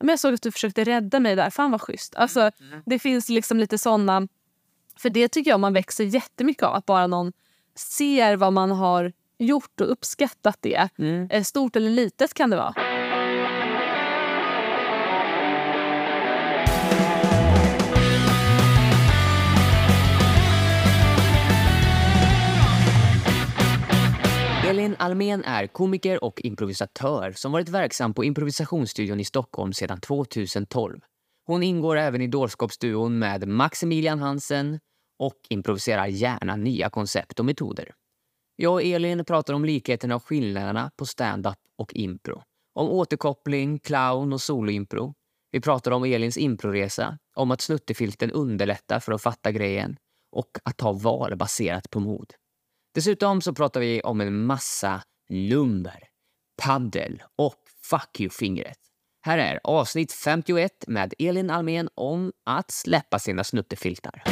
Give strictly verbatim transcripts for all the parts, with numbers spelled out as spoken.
men jag såg att du försökte rädda mig där, fan vad schysst. Alltså mm. det finns liksom lite sådana, för det tycker jag man växer jättemycket av, att bara någon ser vad man har gjort och uppskattat det. Mm. Stort eller litet kan det vara. Elin Almén är komiker och improvisatör som varit verksam på improvisationsstudion i Stockholm sedan tjugohundratolv. Hon ingår även i dårskapsduon med Maximilian Hansen och improviserar gärna nya koncept och metoder. Jag och Elin pratar om likheterna och skillnaderna på stand-up och impro. Om återkoppling, clown och soloimpro. Vi pratar om Elins improresa, om att snuttefilten underlättar för att fatta grejen och att ta val baserat på mod. Dessutom så pratar vi om en massa nummer, paddel och fuck you-fingret. Här är avsnitt femtioett med Elin Almén om att släppa sina snuttefiltar.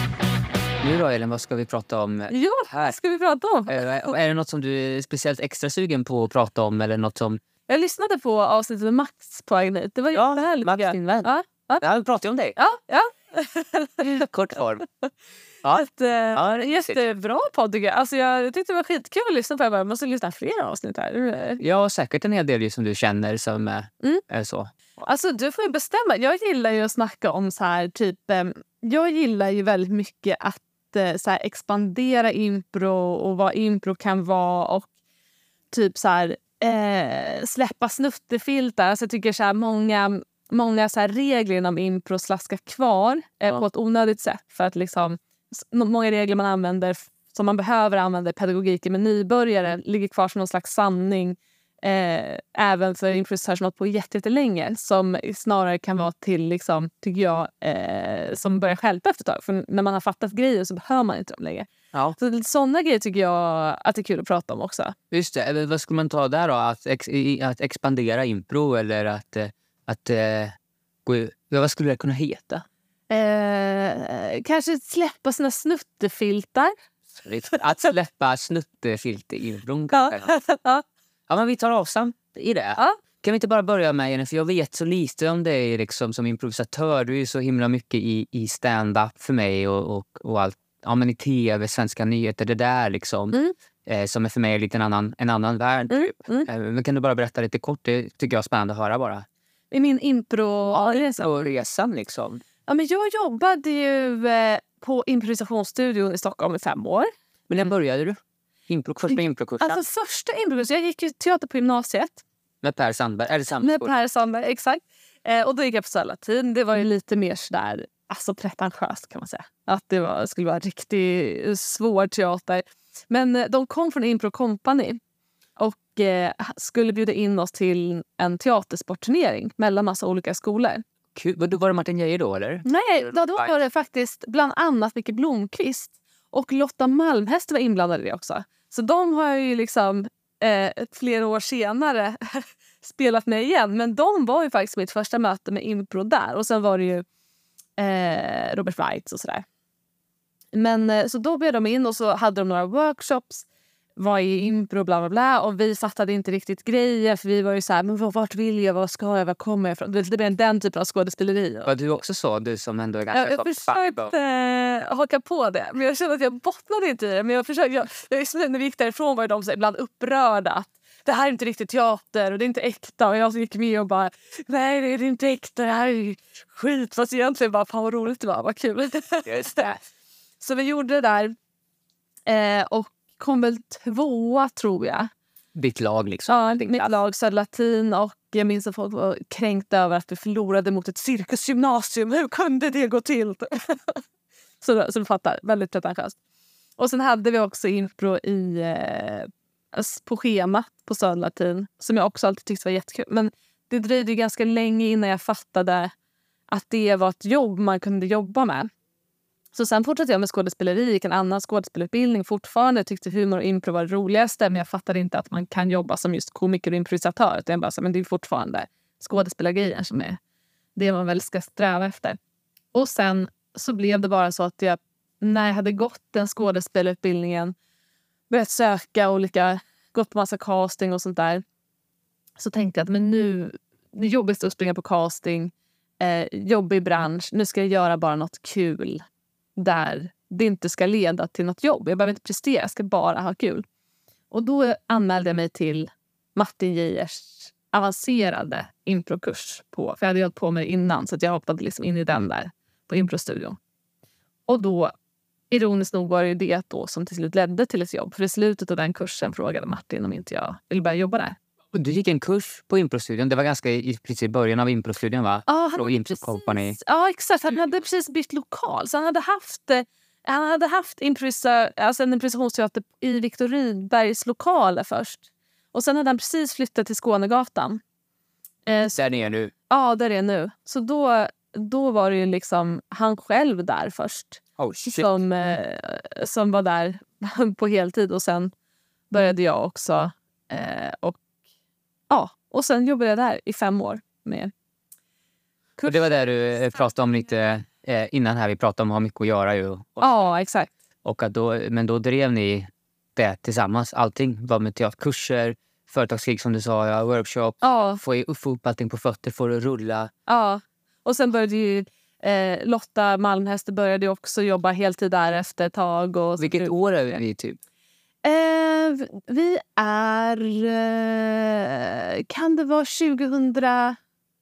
Nu då Elin, vad ska vi prata om? Ja, vad ska vi prata om? Är, är det något som du är speciellt extra sugen på att prata om? Eller något som... Jag lyssnade på avsnittet med Max på väg dit. Det var ja, jättehärligt. Max, din vän. Ja, ja. Ja, vi pratar ju om dig. Ja, ja. Kort form. Ja. Ett, äh, ja, jättebra podd tycker jag. Alltså jag tyckte det var skitkul att lyssna på. Jag måste lyssna fler avsnitt här. Ja, säkert en hel del som du känner som mm. är så. Alltså du får ju bestämma. Jag gillar ju att snacka om så här typ... Jag gillar ju väldigt mycket att så här, expandera impro och vad impro kan vara och typ så här eh, släppa snuttefiltar. Alltså jag tycker så här många... Många så här regler inom impro slaskar kvar eh, ja. på ett onödigt sätt. För att liksom, många regler man använder som man behöver använda i pedagogiken med nybörjare ligger kvar som någon slags sanning. Eh, även för improvisatörer som har hållit på jättelänge. Som snarare kan vara till, liksom, tycker jag, eh, som börjar stjälpa efter ett tag. För när man har fattat grejer så behöver man inte dem längre. Ja. Så sådana grejer tycker jag att det är kul att prata om också. Just det, vad skulle man ta där då? Att, ex- att expandera impro eller att... Att, eh, gå, vad skulle det kunna heta? Eh, kanske släppa sina snuttefiltar. Att släppa snuttefilter i impro. Ja. ja. Ja, men vi tar avstamp i det. Ja. Kan vi inte bara börja med Jenny? För jag vet så lite om dig liksom, som improvisatör. Du är så himla mycket i, i stand-up för mig och, och, och allt. Ja, men i tv, svenska nyheter, det där liksom. Mm. Eh, som är för mig lite en annan, en annan värld. Mm. Typ. Mm. Eh, men kan du bara berätta lite kort? Det tycker jag är spännande att höra bara. I min impro-resa. Och resan liksom. Ja, men jag jobbade ju eh, på improvisationsstudion i Stockholm i fem år. Men när började du? Impro, första improkursen? Alltså första improkursen. Jag gick ju teater på gymnasiet. Med Per Sandberg? Är det samma Med Per Sandberg, exakt. Eh, och då gick jag på Sölatin. Det var ju lite mer sådär, alltså pretentiöst kan man säga. Att det var, skulle vara riktigt svår teater. Men eh, de kom från Impro Company. Och eh, skulle bjuda in oss till en teatersportturnering mellan massa olika skolor. Kul. Var det Martin Geijer då, eller? Nej, då, då var det faktiskt bland annat Micke Blomqvist. Och Lotta Malmhäst var inblandade i det också. Så de har ju liksom eh, flera år senare spelat med igen. Men de var ju faktiskt mitt första möte med impro där. Och sen var det ju eh, Robert Wright och sådär. Men eh, så då bjöd de in och så hade de några workshops. Var i impro bla bla bla. Och vi fattade inte riktigt grejer. För vi var ju så här, men vart vill jag? Vad ska jag? Var kommer jag ifrån? Det blev den typen av skådespeleri. Var du också så? Du som ändå är ganska... Jag, jag försökte äh, haka på det. Men jag kände att jag bottnade inte i det. Men jag försökte... Jag, jag, när vi gick därifrån var de så ibland upprörda. Att det här är inte riktigt teater. Och det är inte äkta. Och jag gick med och bara... Nej, det är inte äkta. Det här är skit. Fast egentligen bara, fan vad roligt det var. Vad kul. Just det. Så vi gjorde det där. Eh, och kom väl tvåa, tror jag. Ditt lag liksom? Ja, mitt lag, Sölatin. Och jag minns att folk var kränkta över att vi förlorade mot ett cirkusgymnasium. Hur kunde det gå till? så, så du fattar, väldigt pretentiöst. Och sen hade vi också impro i, eh, på schemat på Sölatin. Som jag också alltid tyckte var jättekul. Men det dröjde ganska länge innan jag fattade att det var ett jobb man kunde jobba med. Så sen fortsatte jag med skådespeleri, gick en annan skådespelarutbildning fortfarande. Jag tyckte humor och impro var det roligaste, men jag fattade inte att man kan jobba som just komiker och improvisatör. Utan jag bara, men det är fortfarande skådespelargrejer som är det man väl ska sträva efter. Och sen så blev det bara så att jag, när jag hade gått den skådespelarutbildningen, börjat söka olika, gått på massa casting och sånt där, så tänkte jag att men nu, det jobbigaste att springa på casting. Eh, jobbig bransch. Nu ska jag göra bara något kul. Där det inte ska leda till något jobb. Jag behöver inte prestera, jag ska bara ha kul. Och då anmälde jag mig till Martin Geijers avancerade improkurs. På, för jag hade hållit på med det innan, så att jag hoppade liksom in i den där på improstudion. Och då, ironiskt nog, var det det då som till slut ledde till ett jobb. För i slutet av den kursen frågade Martin om inte jag ville börja jobba där. Och du gick en kurs på improstudion. Det var ganska i precis början av improstudion, va? Ja, Från Impro Company. Ja, exakt. Han hade precis bytt lokal. Så han hade haft, eh, han hade haft improvisa, alltså en improvisationsteater i Viktor Rydbergs lokaler först. Och sen hade han precis flyttat till Skånegatan. Eh, Där ni är nu. Ja, där är jag nu. Så då, då var det ju liksom han själv där först. Oh, shit. Som, eh, som var där på heltid. Och sen började jag också. Eh, och, ja, och sen jobbade jag där i fem år med kurs. Och det var där du eh, pratade om lite eh, innan här. Vi pratade om att ha mycket att göra ju. Och, Ja, exakt. och att då, men då drev ni det tillsammans. Allting var med teaterkurser, företagskrig som du sa, ja, workshop. Ja, Få, i- få upp allting på fötter, få det att rulla. ja. Och sen började ju eh, Lotta Malmhäster började ju också jobba heltid där efter ett tag. Och Vilket år är vi typ? Eh, vi är... Eh, kan det vara tjugohundratolv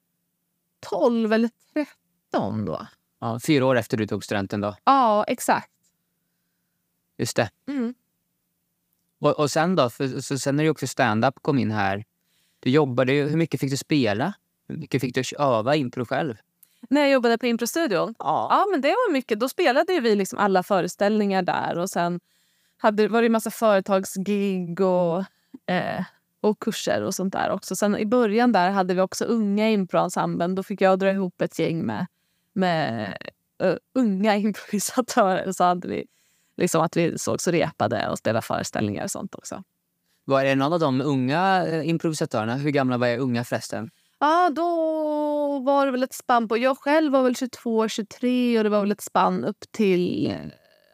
eller tretton då? Ja, fyra år efter du tog studenten då. Ja, exakt. Just det. Mm. Och, och sen då, för, så sen när du också stand-up kom in här. Du jobbade ju, hur mycket fick du spela? Hur mycket fick du öva impro själv? När jag jobbade på Improstudion? Ja. Ja, men det var mycket. Då spelade ju vi liksom alla föreställningar där. Och sen hade, var det en massa företagsgig och, eh, och kurser och sånt där också. Sen i början där hade vi också unga improensemblen. Då fick jag dra ihop ett gäng med, med uh, unga improvisatörer. Så hade vi liksom att vi sågs och repade och spelade föreställningar och sånt också. Var det någon av de unga eh, improvisatörerna? Hur gamla var jag unga förresten? Ja, då var det väl ett spann på... Jag själv var väl tjugotvå, tjugotre och det var väl ett spann upp till eh,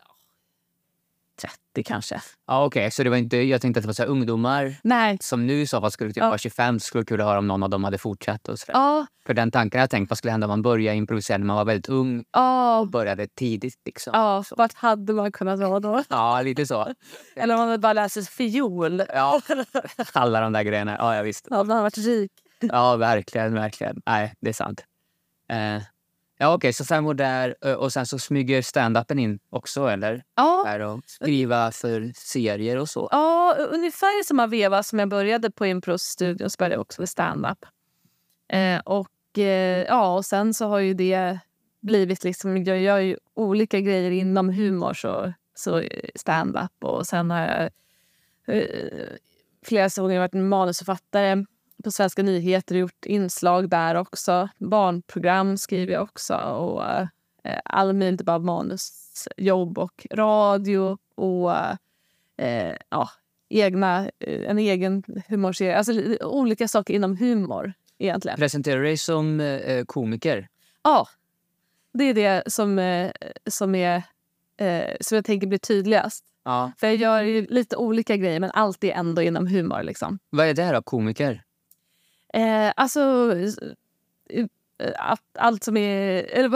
trettio kanske. Ja, okej. Okay. Så det var inte, jag tänkte att det var så här ungdomar Nej. som nu i så fall skulle typ Ja. vara tjugofem. Så skulle det kul att höra om någon av dem hade fortsatt och så där. Ja, För den tanken jag tänkt, vad skulle hända om man började improvisera när man var väldigt ung ja, och började tidigt liksom. ja. Vart hade man kunnat vara då? Ja, lite så. Eller om man hade bara läst fiol. Ja, alla de där grejerna. Ja, jag visste. Ja, man hade varit rik. Ja, verkligen, verkligen. Nej, det är sant. Eh, ja, okej, så fem år där eh, och sen så smyger stand-upen in också, eller? Ja, Här och skriva för serier och så. ja, ungefär i samma veva som jag började på Impro-studion så började jag också med stand-up. Eh, och, eh, ja, och sen så har ju det blivit liksom... Jag gör ju olika grejer inom humor, så, så stand-up. Och sen har jag eh, flera säsonger varit en manusförfattare på Svenska nyheter och gjort inslag där också. Barnprogram skriver jag också. Och eh, all möjligt bara manusjobb och radio och eh, ja, egna, en egen humorserie. Alltså olika saker inom humor egentligen. Presenterar du dig som eh, komiker? Ja, det är det som, eh, som, är, eh, som jag tänker blir tydligast. Ja. För jag gör ju lite olika grejer men allt är ändå inom humor liksom. Vad är det då, komiker? Eh, alltså, eh, att allt som är... Eller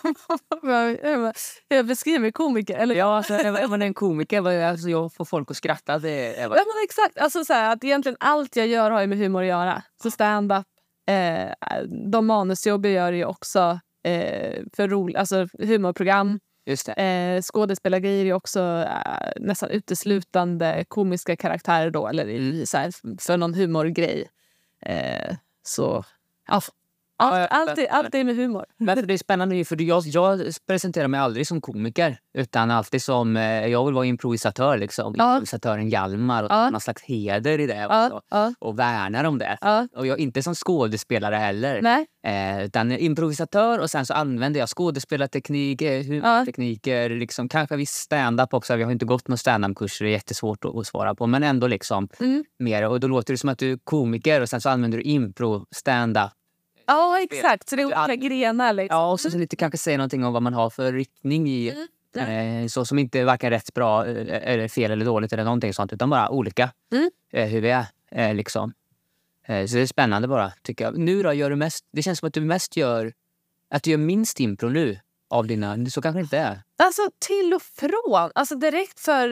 vad jag beskriver komiker. Eller, Ja, alltså, är man en komiker? Vad är- Alltså, jag får folk att skratta. Det är, ja, men exakt. Alltså, så här, att egentligen allt jag gör har ju med humor att göra. Så stand-up, eh, de manusjobb jag gör är ju också eh, för roligt. Alltså humorprogram. just det. Eh, skådespelargrejer är ju också eh, nästan uteslutande komiska karaktärer då. Eller i, så här, för någon humorgrej. Eh, så... Ja, Ja, ja, allt, allt, är, allt är med humor. Men det är spännande ju, för jag, jag presenterar mig aldrig som komiker utan alltid som, eh, jag vill vara improvisatör liksom. Ja. Improvisatören Hjalmar och Ja. någon slags heder i det Ja, också. ja, Och värnar om det. ja. Och jag inte som skådespelare heller. Nej. Eh, utan improvisatör och sen så använder jag skådespelarteknik, eh, humortekniker, liksom, kanske viss stand-up också. Jag har inte gått någon stand-up-kurser, det är jättesvårt att, att svara på. Men ändå liksom Mm. mer. Och då låter det som att du är komiker och sen så använder du impro, stand-up. Ja, exakt. Så det är olika Ja. grenar. Liksom. Ja, och så, så lite kanske säga någonting om vad man har för riktning i. Mm. Eh, så som inte är varken rätt bra eh, eller fel eller dåligt eller någonting sånt, utan bara olika. Mm. Eh, hur vi är eh, liksom. Eh, så det är spännande bara, tycker jag. Nu då, gör du mest, det känns som att du mest gör, att du gör minst impro nu av dina, så kanske det inte är. Alltså till och från. Alltså direkt för,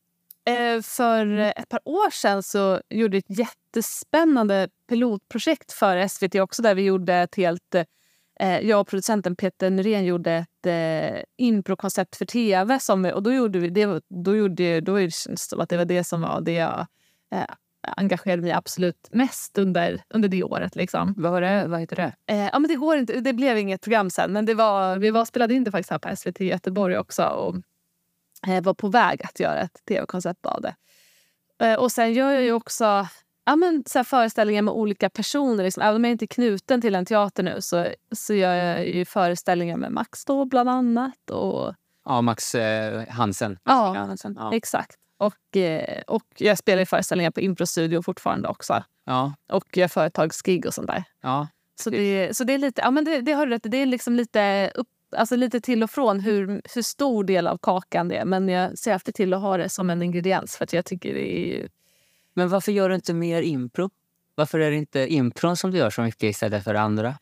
eh, för ett par år sedan så gjorde jag ett jättespännande pilotprojekt för S V T också, där vi gjorde ett helt, eh, jag och producenten Peter Nyrén gjorde ett eh, improkoncept för tv som, och då gjorde vi det, då gjorde då är det som att det var det som var det jag eh, engagerade mig absolut mest under, under det året liksom. Vad var det? Vad heter det? Eh, ja, men det går inte, det blev inget program sen, men det var, vi var spelade in det faktiskt här på S V T i Göteborg också, och eh, var på väg att göra ett tv-koncept av det. Eh, och sen gör jag ju också ja, men, så här, föreställningar med olika personer. Liksom. Även om jag inte är knuten till en teater nu så, så gör jag ju föreställningar med Max då bland annat. Och, ja, Max eh, Hansen. ja, Hansen. Ja, exakt. Och, eh, och jag spelar i föreställningar på Improstudio fortfarande också. Ja. Och jag gör företagsgig och sånt där. Ja. Så det, så det är lite, ja men det, det har du rätt. Det är liksom lite, upp, alltså lite till och från hur, hur stor del av kakan det är. Men jag ser alltid till att ha det som en ingrediens, för att jag tycker det är ju... Men varför gör du inte mer impro? Varför är det inte impro som du gör så mycket istället för andra?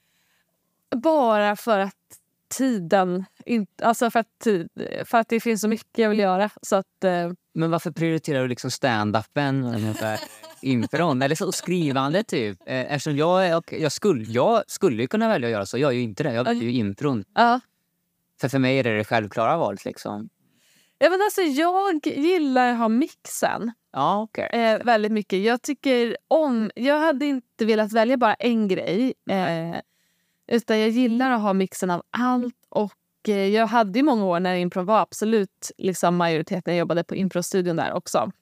Bara för att tiden, inte, alltså för att, för att det finns så mycket jag vill göra. Så att, eh... Men varför prioriterar du liksom stand-upen ungefär impron? Eller så skrivande typ? Eh, eftersom jag, jag, skulle, jag skulle ju kunna välja att göra så. Jag är ju inte det. Jag väljer ju impron. Ja. För för mig är det det självklara valet liksom. Ja, men alltså, jag gillar att ha mixen. Ja, okej. Okay. Eh, väldigt mycket. Jag tycker om... Jag hade inte velat välja bara en grej. Eh, utan jag gillar att ha mixen av allt. Och eh, jag hade ju många år när impro var absolut liksom majoriteten. Jag jobbade på improstudion där också.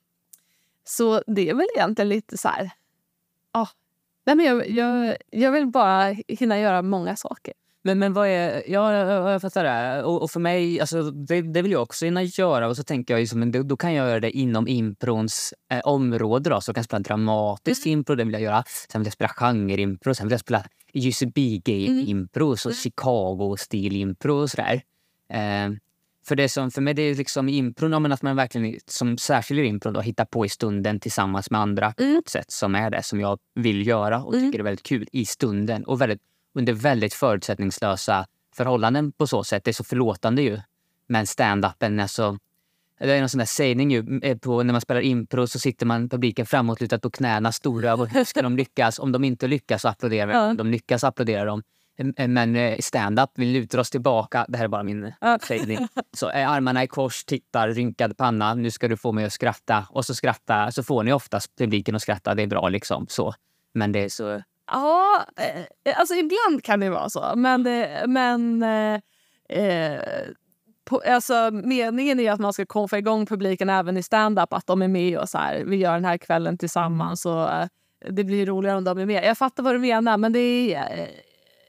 Så det är väl egentligen lite så här... Oh, nej, men jag, jag, jag vill bara hinna göra många saker. Men, men vad är... Ja, jag fattar det. Och, och för mig, alltså, det, det vill jag också hinna göra. Och så tänker jag, liksom, då, då kan jag göra det inom improns eh, område. Då. Så jag kan spela dramatiskt mm. impro, det vill jag göra. Sen vill jag spela genre-impro. Sen vill jag spela U C B-game-impro. Mm. Så Chicago-stil-impro och sådär. Eh, för det som för mig det är liksom impro, men att man verkligen som särskild impro då hittar på i stunden tillsammans med andra på mm. ett sätt som är det som jag vill göra och mm. tycker är väldigt kul i stunden. Och väldigt under väldigt förutsättningslösa förhållanden på så sätt. Det är så förlåtande ju. Men stand-upen är så... Det är någon sån där sägning ju. På, när man spelar impro så sitter man publiken framåtlutat på knäna stora. Och hur ska de lyckas? Om de inte lyckas så applåderar ja. de. lyckas applåderar de. Men stand-up, vi lutar oss tillbaka. Det här är bara min ja. sägning. Så är armarna i kors, tittar, rynkad panna. Nu ska du få mig att skratta. Och så skratta. Så får ni oftast publiken att skratta. Det är bra liksom. Så. Men det är så... Ja, alltså ibland kan det vara så. Men, men eh, på, alltså, meningen är att man ska komma få igång publiken även i stand-up. Att de är med och så här, vi gör den här kvällen tillsammans. Och, eh, det blir roligare om de är med. Jag fattar vad du menar, men det är... Eh,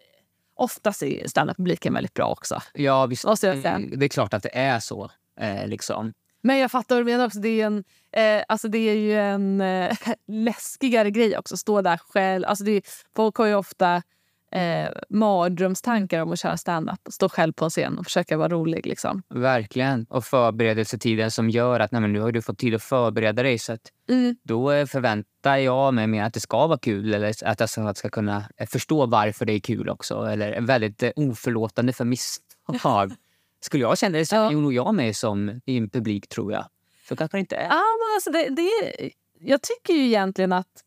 oftast är stand-up-publiken väldigt bra också. Ja, visst, det är klart att det är så. Eh, liksom. Men jag fattar vad du menar också. Det är, en, eh, alltså det är ju en eh, läskigare grej också. Stå där själv. Alltså det är, folk har ju ofta eh, mardrömstankar om att köra stand-up. Stå själv på en scen och försöka vara rolig. Liksom. Verkligen. Och förberedelsetiden som gör att nej, men nu har du fått tid att förbereda dig. Så att mm. då förväntar jag mig mer att det ska vara kul. Eller att jag ska kunna förstå varför det är kul också. Eller väldigt eh, oförlåtande för misstag. Skulle jag känna det så ja. nog jag med som i en publik, tror jag. Så kanske det inte är. Ja, men alltså det, det är, jag tycker ju egentligen att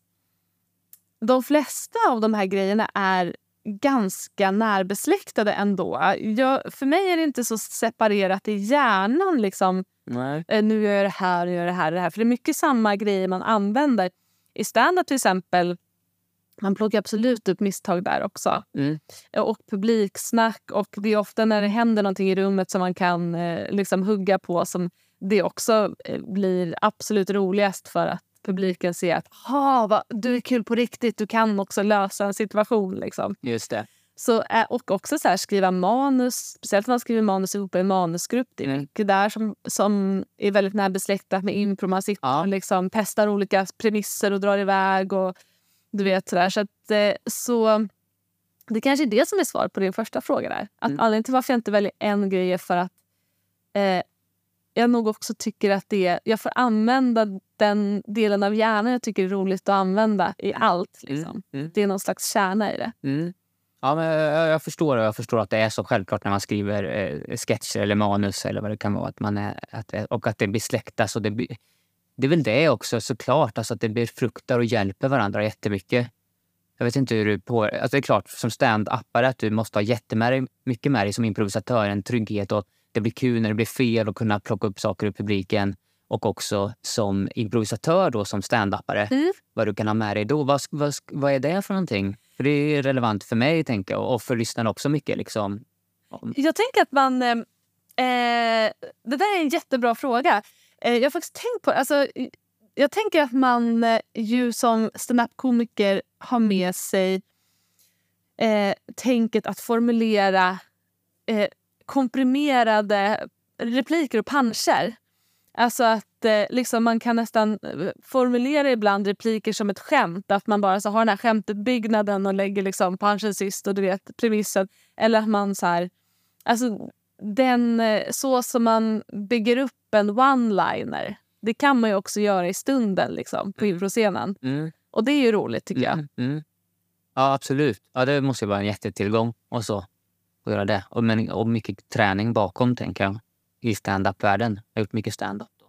de flesta av de här grejerna är ganska närbesläktade ändå. Jag, för mig är det inte så separerat i hjärnan. Liksom. Nej. Nu gör jag det här, nu gör jag det här, det här. För det är mycket samma grejer man använder. I stand-up till exempel, man plockar absolut upp misstag där också. Mm. Och publiksnack. Och det är ofta när det händer någonting i rummet som man kan eh, liksom hugga på. Som det också eh, blir absolut roligast för att publiken ser att vad, du är kul på riktigt. Du kan också lösa en situation. Liksom. Just det. Så, eh, och också så här, skriva manus. Speciellt när man skriver manus ihop i en manusgrupp. Det är mm. mycket där som, som är väldigt närbesläktat med impro. Man sitter ja. och liksom testar olika premisser och drar iväg och du vet sådär. Så, att, så det kanske är det som är svar på din första fråga där. Att mm. anledningen till varför jag inte väljer en grej är för att eh, jag nog också tycker att det är, jag får använda den delen av hjärnan jag tycker är roligt att använda i allt. Liksom. Mm, mm. Det är någon slags kärna i det. Mm. Ja, men jag, jag förstår jag förstår att det är så självklart när man skriver eh, sketcher eller manus eller vad det kan vara. Att man är, att, och att det besläktas. Och det, blir, det är väl det också såklart. Alltså att det befruktar och hjälper varandra jättemycket. Jag vet inte hur du på... Alltså det är klart, som stand-upare att du måste ha jättemycket med dig som improvisatör. En trygghet och det blir kul när det blir fel och kunna plocka upp saker ur publiken. Och också som improvisatör då, som stand-upare. Mm. Vad du kan ha med dig då. Vad, vad, vad är det för någonting? För det är relevant för mig, tänker jag. Och för lyssnarna också mycket. Liksom. Jag tänker att man... Eh, det där är en jättebra fråga. Eh, jag har faktiskt tänkt på... Alltså, jag tänker att man eh, ju som stand-up-komiker har med sig eh, tänket att formulera eh, komprimerade repliker och puncher. Alltså att eh, liksom man kan nästan formulera ibland repliker som ett skämt. Att man bara så har den här skämtbyggnaden och lägger liksom punchen sist och du vet premissen. Eller att man så här... Alltså den, så som man bygger upp en one-liner. Det kan man ju också göra i stunden liksom, på improscenen. Mm. Och det är ju roligt tycker jag. Mm. Mm. Ja, absolut. Ja, det måste ju vara en jättetillgång och så. Att göra det. Och, men, och mycket träning bakom, tänker jag. I stand-up-världen. Jag har gjort mycket stand-up då.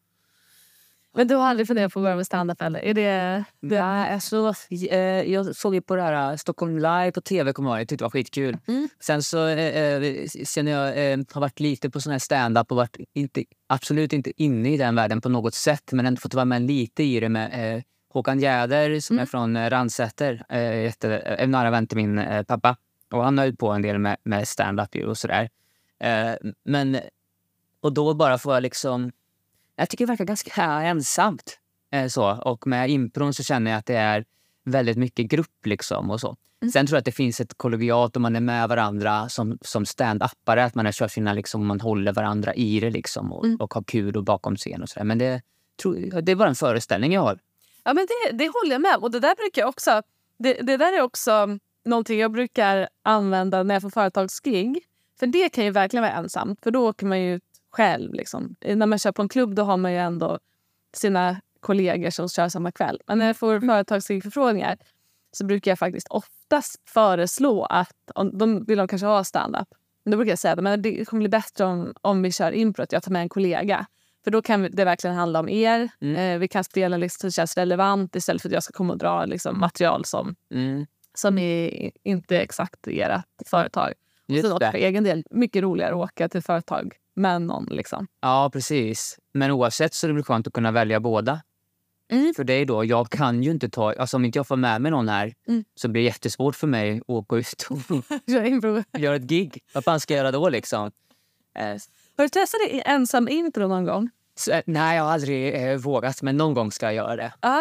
Men du har aldrig funderat på att börja med stand-up eller? Är det... det... Ja, alltså, eh, jag såg ju på det här Stockholm Live på tv, kommer jag. Jag tyckte det var skitkul. Mm. Sen så eh, sen jag eh, har varit lite på sån här stand-up och varit inte, absolut inte inne i den världen på något sätt. Men ändå fått vara med lite i det med eh, Håkan Jäder som mm. är från eh, Ransäter. Eh, jätte, en nära vän till min eh, pappa. Och han har ju på en del med, med stand-up och sådär. Eh, men... Och då bara får jag liksom... Jag tycker det verkar ganska ensamt. Eh, så. Och med impron så känner jag att det är väldigt mycket grupp liksom och så. Mm. Sen tror jag att det finns ett kollegiat och man är med varandra som, som stand-upare. Att man kör sina liksom, man håller varandra i det liksom och, mm. och har kul och bakom scen och sådär. Men det, tror, det är bara en föreställning jag har. Ja, men det, det håller jag med. Och det där brukar jag också... Det, det där är också någonting jag brukar använda när jag får företagsgig. För det kan ju verkligen vara ensamt. För då åker man ju själv. Liksom. När man kör på en klubb då har man ju ändå sina kollegor som kör samma kväll. Men när jag får företagsförfrågningar så brukar jag faktiskt oftast föreslå att om de vill de kanske ha stand-up. Men då brukar jag säga att det kommer bli bättre om, om vi kör impro att jag tar med en kollega. För då kan det verkligen handla om er. Mm. Eh, vi kan spela liksom, som känns relevant istället för att jag ska komma och dra liksom, material som, mm. som är inte exakt ert företag. Och sen också för egen del mycket roligare att åka till företag med någon liksom. Ja, precis. Men oavsett så är det väl skönt att kunna välja båda. Mm. För det är då, jag kan ju inte ta... Alltså om inte jag får med mig någon här mm. så blir det jättesvårt för mig att åka ut och göra ett gig. Vad fan ska jag göra då liksom? Eh. Har du testat det ensam intro någon gång? Så, nej, jag har aldrig eh, vågat, men någon gång ska jag göra det. Ja.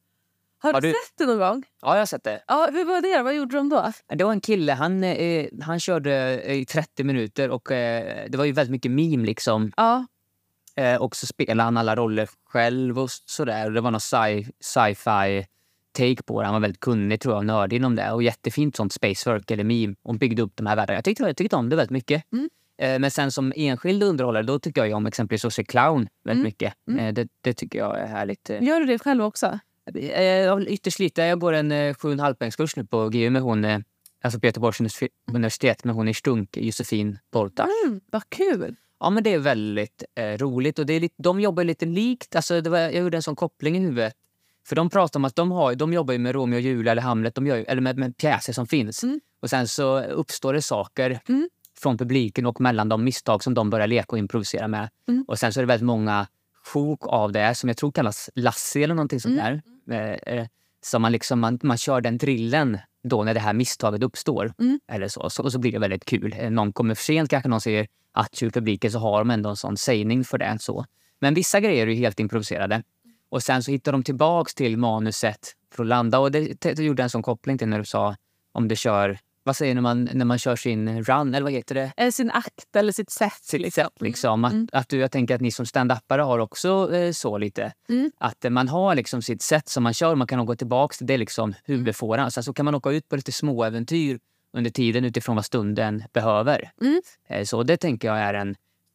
Har, har du, du sett det någon gång? Ja, jag har sett det. Ja, hur var det? Vad gjorde de då? Det var en kille, han, eh, han körde i trettio minuter och eh, det var ju väldigt mycket meme liksom. Ja. Eh, och så spelade han alla roller själv och sådär. Det var någon sci- sci-fi take på det. Han var väldigt kunnig, tror jag, och nördig inom det. Och jättefint sånt spacework eller meme. Och byggde upp de här världarna. Jag tyckte, jag tyckte om det väldigt mycket. Mm. Eh, men sen som enskild underhållare, då tycker jag om exempelvis att se Clown väldigt mm. mycket. Mm. Eh, det, det tycker jag är härligt. Gör du det själv också? Eh, ytterst lite. Jag går en eh, sju och en halv poängskurs nu på G U med hon, eh, alltså på Göteborgs universitet, med hon i Stunk, Josefin Bortas. Mm, vad kul! Ja, men det är väldigt eh, roligt och det är lite, de jobbar lite likt. Alltså det var, jag gjorde en sån koppling i huvudet. För de pratar om att de, har, de jobbar ju med Romeo och Julia eller Hamlet, de gör, eller med, med pjäser som finns. Mm. Och sen så uppstår det saker mm. från publiken och mellan de misstag som de börjar leka och improvisera med. Mm. Och sen så är det väldigt många sjok av det som jag tror kallas Lassie eller någonting sånt där. Mm. Eh, så man, liksom, man, man kör den drillen då när det här misstaget uppstår. Mm. Eller så. Så, och så blir det väldigt kul. Någon kommer för sent, kanske någon säger att i publiken så har de ändå en sån sägning för det. Så. Men vissa grejer är ju helt improviserade. Och sen så hittar de tillbaks till manuset för att landa. Och det, det, det gjorde en sån koppling till när du sa om det kör... Vad säger när man när man kör sin run, eller vad heter det? Eller sin akt eller sitt sätt. Sitt liksom. sätt liksom. Att, mm. att du, jag tänker att ni som stand-upare har också eh, så lite. Mm. Att eh, man har liksom sitt sätt som man kör. Man kan gå tillbaka till det liksom huvudfåran. Mm. Sen så kan man åka ut på lite små äventyr under tiden utifrån vad stunden behöver. Mm. Eh, så det tänker jag är en...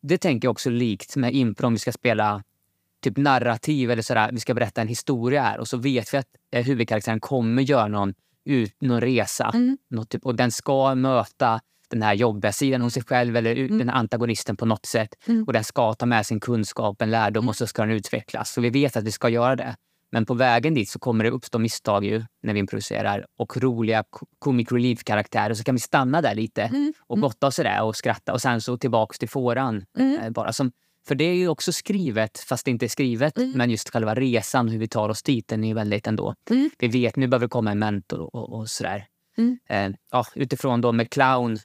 det tänker jag också likt med impro om vi ska spela typ narrativ eller sådär. Vi ska berätta en historia här och så vet vi att eh, huvudkaraktären kommer göra någon, ut, någon resa. Mm. Något typ, och den ska möta den här jobbiga sidan hos sig själv eller Mm. den här antagonisten på något sätt. Mm. Och den ska ta med sin kunskap, en lärdom Mm. och så ska den utvecklas. Så vi vet att vi ska göra det. Men på vägen dit så kommer det uppstå misstag ju när vi improviserar. Och roliga ko- comic relief-karaktärer. Så kan vi stanna där lite Mm. och gotta oss i det och skratta. Och sen så tillbaks till fåran. Mm. Eh, bara som, för det är ju också skrivet, fast det inte är skrivet. Mm. Men just själva resan, hur vi tar oss dit, den är ju väldigt ändå. Mm. Vi vet, nu behöver det komma en mentor och, och, och sådär. Mm. Eh, ja, utifrån då med clown.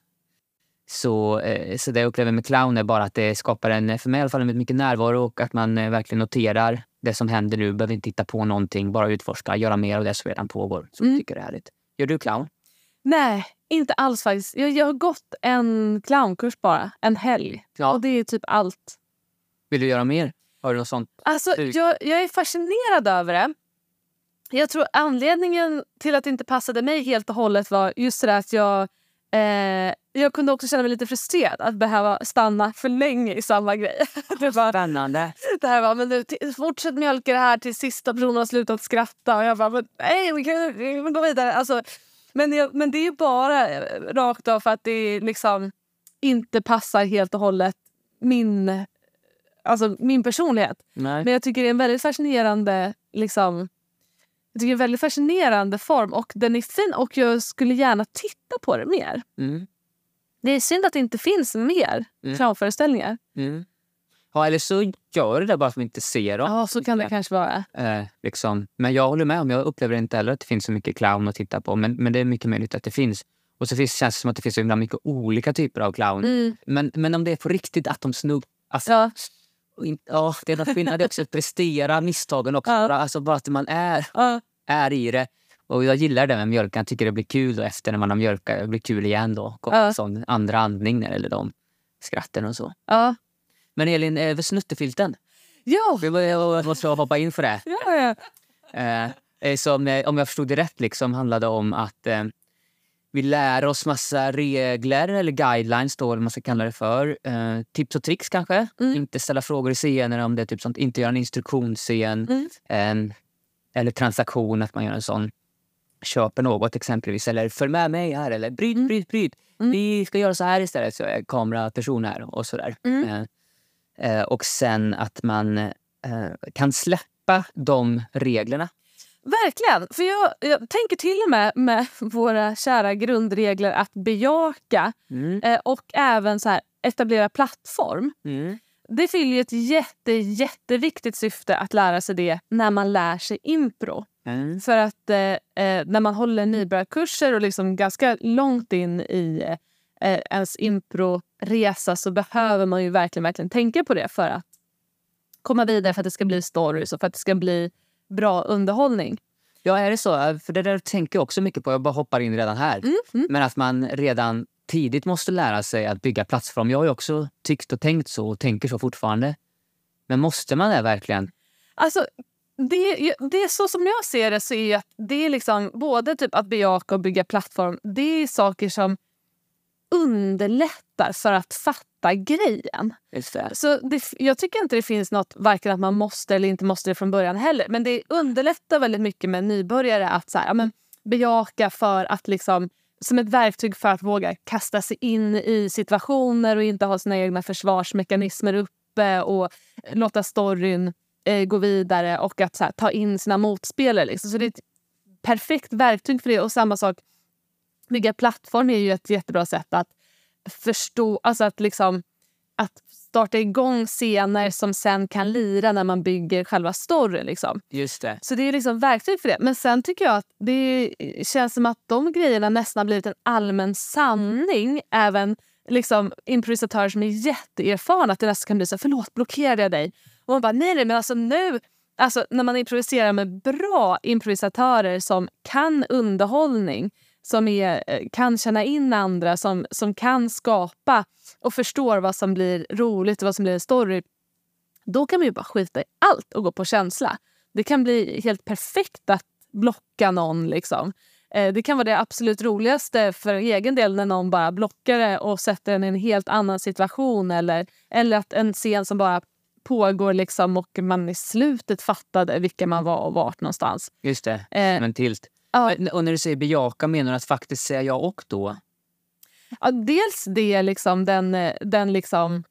Så, eh, så det jag upplever med clown är bara att det skapar en, för mig i alla fall, mycket närvaro och att man eh, verkligen noterar det som händer nu. Behöver inte titta på någonting, bara utforska, göra mer av det som redan pågår. Så Mm. jag tycker det är härligt. Gör du clown? Nej, inte alls faktiskt. Jag, jag har gått en clownkurs bara, en helg. Ja. Och det är typ allt. Vill du göra mer? Har du något sånt? Alltså, Hur- jag, jag är fascinerad över det. Jag tror anledningen till att det inte passade mig helt och hållet var just det där att jag... Eh, jag kunde också känna mig lite frustrerad att behöva stanna för länge i samma grej. Det var, Spännande. det här var, men nu, t- fortsätt mjölka det här till sista personen har slutat skratta. Och jag bara, men, nej, vi kan, vi kan gå vidare. Alltså, men, jag, men det är ju bara eh, rakt av för att det liksom inte passar helt och hållet min, alltså, min personlighet. Nej. Men jag tycker det är en väldigt fascinerande liksom, jag tycker det är en väldigt fascinerande form och den är fin och jag skulle gärna titta på det mer. Mm. Det är synd att det inte finns mer Mm. clownföreställningar. Mm. Ja, eller så gör det bara för att vi inte ser dem. Ja, så kan det kanske vara. Eh, liksom. Men jag håller med om, jag upplever inte heller att det finns så mycket clown att titta på. Men, men det är mycket möjligt att det finns. Och så finns, känns det som att det finns så himla mycket olika typer av clown. Mm. Men, men om det är på riktigt att de snubb... Alltså, Ja. och in, ja, det är något skillnad. Det är också att prestera misstagen också. Ja. Bara, alltså bara att man är, Ja. är i det. Och jag gillar det med mjölken. Jag tycker det blir kul då efter när man har mjölkat. Det blir kul igen då. Ja. Sån andra andning eller de skratten och så. Ja. Men Elin, över snuttefilten. Ja. Vi må- Jag måste hoppa in för det. Ja, ja. Eh, eh, som, eh, om jag förstod det rätt, liksom, handlade om att eh, vi lär oss massa regler eller guidelines då, eller vad man ska kalla det för. Eh, tips och tricks kanske. Mm. Inte ställa frågor i scener om det är typ sånt. Inte göra en instruktionsscen. Mm. Eh, eller transaktion, att man gör en sån. Köper något exempelvis. Eller följ med mig här. Eller bryt, Mm. bryt, bryt. Mm. Vi ska göra så här istället. Så är kameraperson här och sådär. Mm. Eh, eh, och sen att man eh, kan släppa de reglerna. Verkligen. För jag, jag tänker till och med med våra kära grundregler att bejaka Mm. eh, och även så här, etablera plattform. Mm. Det fyller ju ett jätte, jätteviktigt syfte att lära sig det när man lär sig impro. Mm. För att eh, eh, när man håller nybörjarkurser och liksom ganska långt in i eh, ens improresa så behöver man ju verkligen, verkligen tänka på det för att komma vidare, för att det ska bli stories och för att det ska bli bra underhållning. Ja, är det så? För det där tänker jag också mycket på. Jag bara hoppar in redan här. Mm, mm. Men att man redan tidigt måste lära sig att bygga plattform. Jag har ju också tyckt och tänkt så och tänker så fortfarande. Men måste man det verkligen? Alltså, det, det är så som jag ser det, så är att det är liksom både typ att bejaka och bygga plattform. Det är saker som underlättar för att fatta grejen. Just det. Så det, jag tycker inte det finns något, varken att man måste eller inte måste det från början heller. Men det underlättar väldigt mycket med nybörjare att så här, ja, men, bejaka för att liksom, som ett verktyg för att våga kasta sig in i situationer och inte ha sina egna försvarsmekanismer uppe och låta storyn eh, gå vidare och att så här, ta in sina motspelare. Liksom. Så det är ett perfekt verktyg för det. Och samma sak, bygga plattform är ju ett jättebra sätt att förstå, alltså att liksom att starta igång scener som sen kan lira när man bygger själva storyn. Liksom. Just det. Så det är liksom verktyg för det. Men sen tycker jag att det känns som att de grejerna nästan har blivit en allmän sanning. Även liksom improvisatörer som är jätteerfarna, att det nästan kan bli så, förlåt, blockerade jag dig? Och man bara, nej, nej, men alltså nu, alltså när man improviserar med bra improvisatörer som kan underhållning, som är, kan känna in andra, som, som kan skapa och förstår vad som blir roligt och vad som blir en story, då kan man ju bara skita i allt och gå på känsla. Det kan bli helt perfekt att blocka någon liksom. Eh, det kan vara det absolut roligaste för egen del när någon bara blockar det och sätter den i en helt annan situation. Eller, eller att en scen som bara pågår liksom och man i slutet fattade vilka man var och vart någonstans. Just det, Eh, men tilt. ja. Och när du säger bejaka, menar du att faktiskt säga ja och då? Ja, dels det liksom den, den liksom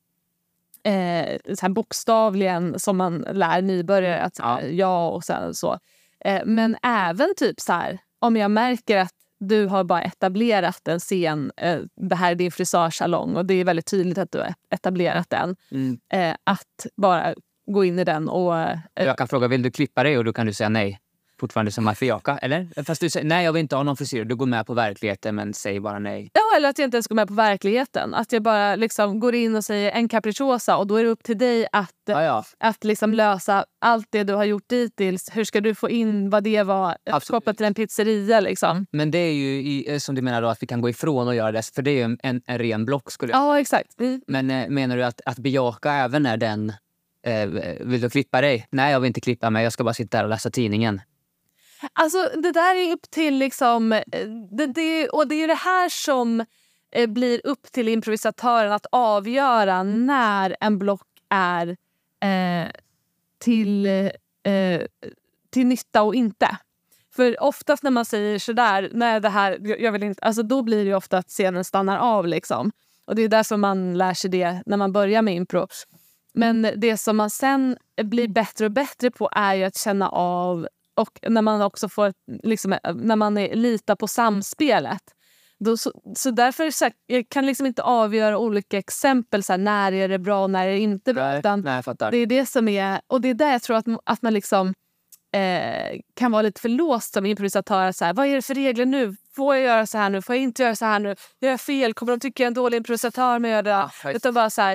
eh, så här bokstavligen som man lär nybörjare att ja, ja och sen så. Eh, men även typ så här, om jag märker att du har bara etablerat en scen, eh, det här är din frisörsalong och det är väldigt tydligt att du har etablerat den. Mm. Eh, att bara gå in i den och... Eh, jag kan fråga, vill du klippa dig? Och då kan du säga nej. Fortfarande som att bejaka, eller? Fast du säger, nej jag vill inte ha någon frisyr. Du går med på verkligheten men säg bara nej. Ja, eller att jag inte ens går med på verkligheten. Att jag bara liksom går in och säger en capricciosa och då är det upp till dig att, ja, ja. att liksom lösa allt det du har gjort dittills. Hur ska du få in vad det var kopplat till en pizzeria liksom? Men det är ju i, som du menar då att vi kan gå ifrån och göra det, för det är ju en, en, en ren block skulle jag. Ja, exakt. Mm. Men eh, menar du att, att bejaka även är den eh, vill du klippa dig? Nej, jag vill inte klippa mig, jag ska bara sitta där och läsa tidningen. Alltså det där är upp till liksom det, det, och det är ju det här som eh, blir upp till improvisatören att avgöra när en block är eh, till, eh, till nytta och inte. För oftast när man säger sådär, nej det här, jag vill inte, alltså då blir det ju ofta att scenen stannar av liksom. Och det är därför man lär sig det när man börjar med impro. Men det som man sen blir bättre och bättre på är ju att känna av. Och när man också får liksom, när man är, litar på samspelet. Då, så, så därför så här, jag kan liksom inte avgöra olika exempel. Så här, när är det bra och när är det inte bra. Nej, utan nej, jag fattar. Det är det som är. Och det är där jag tror att, att man liksom eh, kan vara lite för låst som improvisatör. Så här, vad är det för regler nu? Får jag göra så här nu? Får jag inte göra så här nu? Gör jag fel? Kommer de tycka jag är en dålig improvisatör med att göra det? Utan bara så här,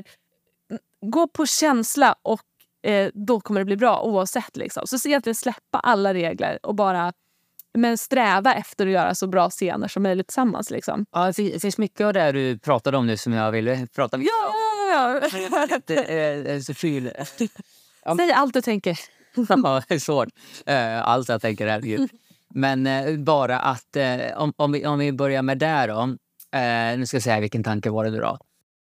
gå på känsla och Eh, då kommer det bli bra oavsett. Liksom. Så egentligen släppa alla regler och bara men sträva efter att göra så bra scener som möjligt tillsammans. Liksom. Ja, det finns mycket av det du pratade om nu som jag ville prata om. Ja, ja, ja. Det är så fyl. Säg allt du tänker. Ja, det är svårt. Allt jag tänker är ju. Men bara att om, om, vi, om vi börjar med det då. Nu ska jag säga vilken tanke var det nu då.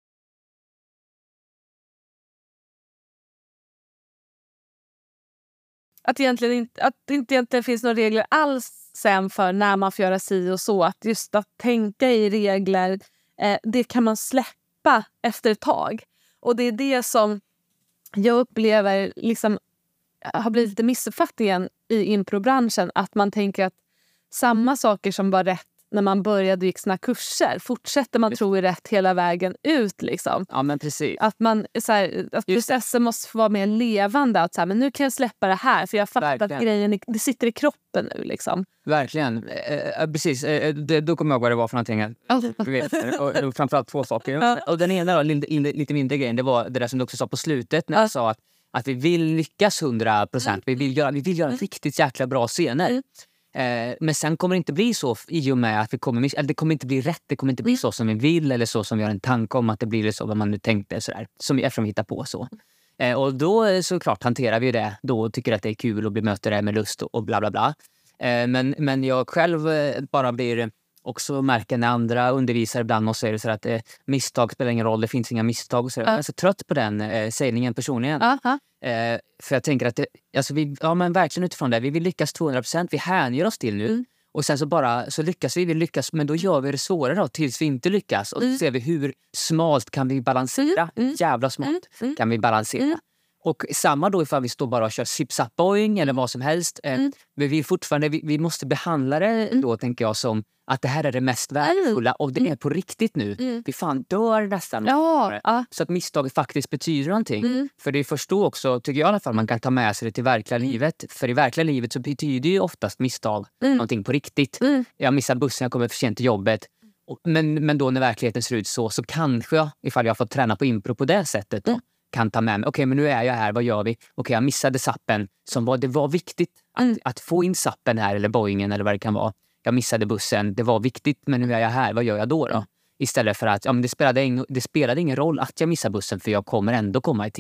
Att, egentligen inte, att det inte egentligen finns några regler alls sen för när man får göra si och så. Att just att tänka i regler, eh, det kan man släppa efter ett tag. Och det är det som jag upplever liksom, har blivit lite missuppfattningen i improbranschen. Att man tänker att samma saker som var rätt när man började gick sina kurser fortsätter man tro är rätt hela vägen ut liksom. Ja, men precis. Att man så här, att processen måste få vara mer levande, att så här, men nu kan jag släppa det här för jag fattar att grejen det sitter i kroppen nu liksom. Verkligen. Eh, precis. Eh, det, då kommer jag ihåg vad det var för någonting. och, och, och framförallt två saker. Ja. Och den ena då, lite, lite mindre grejen, det var det där som du också sa på slutet när jag ja. sa att att vi vill lyckas hundra procent. Vi vill göra vi vill göra riktigt jäkla bra scener. Mm. Eh, men sen kommer det inte bli så i och med att vi kommer, eller det kommer inte bli rätt, det kommer inte bli så som vi vill eller så som vi har en tanke om att det blir så vad man nu tänkte sådär, som eftersom vi hittar på så. Eh, och då såklart hanterar vi det då och tycker att det är kul och bemöter det med lust och, och bla bla bla. Eh, men, men jag själv bara blir också märker när andra undervisare ibland och säger så att eh, misstag spelar ingen roll, det finns inga misstag och så. Jag är så trött på den eh, sägningen personligen. Uh-huh. Eh, för jag tänker att det, alltså vi, ja men verkligen utifrån det, vi vill lyckas tvåhundra procent, vi hänger oss till nu. Mm. Och sen så bara så lyckas vi, vi lyckas, men då gör vi det svårare då tills vi inte lyckas. Och så ser vi hur smalt kan vi balansera, mm. jävla smalt mm. kan vi balansera. Mm. Och samma då ifall vi står bara och kör zip-zap boing eller vad som helst. Eh, mm. Men vi fortfarande, vi, vi måste behandla det då tänker jag som att det här är det mest värdefulla och det är på riktigt nu. Mm. Vi fan dör nästan. Ja, ja. Så att misstaget faktiskt betyder någonting. Mm. För det är först då också, tycker jag i alla fall, man kan ta med sig det till verkliga mm. livet. För i verkliga livet så betyder ju oftast misstag mm. någonting på riktigt. Mm. Jag missar bussen, jag kommer för sent till jobbet. Men, men då när verkligheten ser ut så, så kanske jag, ifall jag får träna på impro på det sättet då, mm. kan ta med mig, okej okay, men nu är jag här, vad gör vi? Okej, okay, jag missade sappen. Som var, det var viktigt att, mm. att få in sappen här eller boingen eller vad det kan vara. Jag missade bussen, det var viktigt, men nu är jag här, vad gör jag då då? Istället för att, ja men det spelade, ing, det spelade ingen roll att jag missade bussen för jag kommer ändå komma i tid.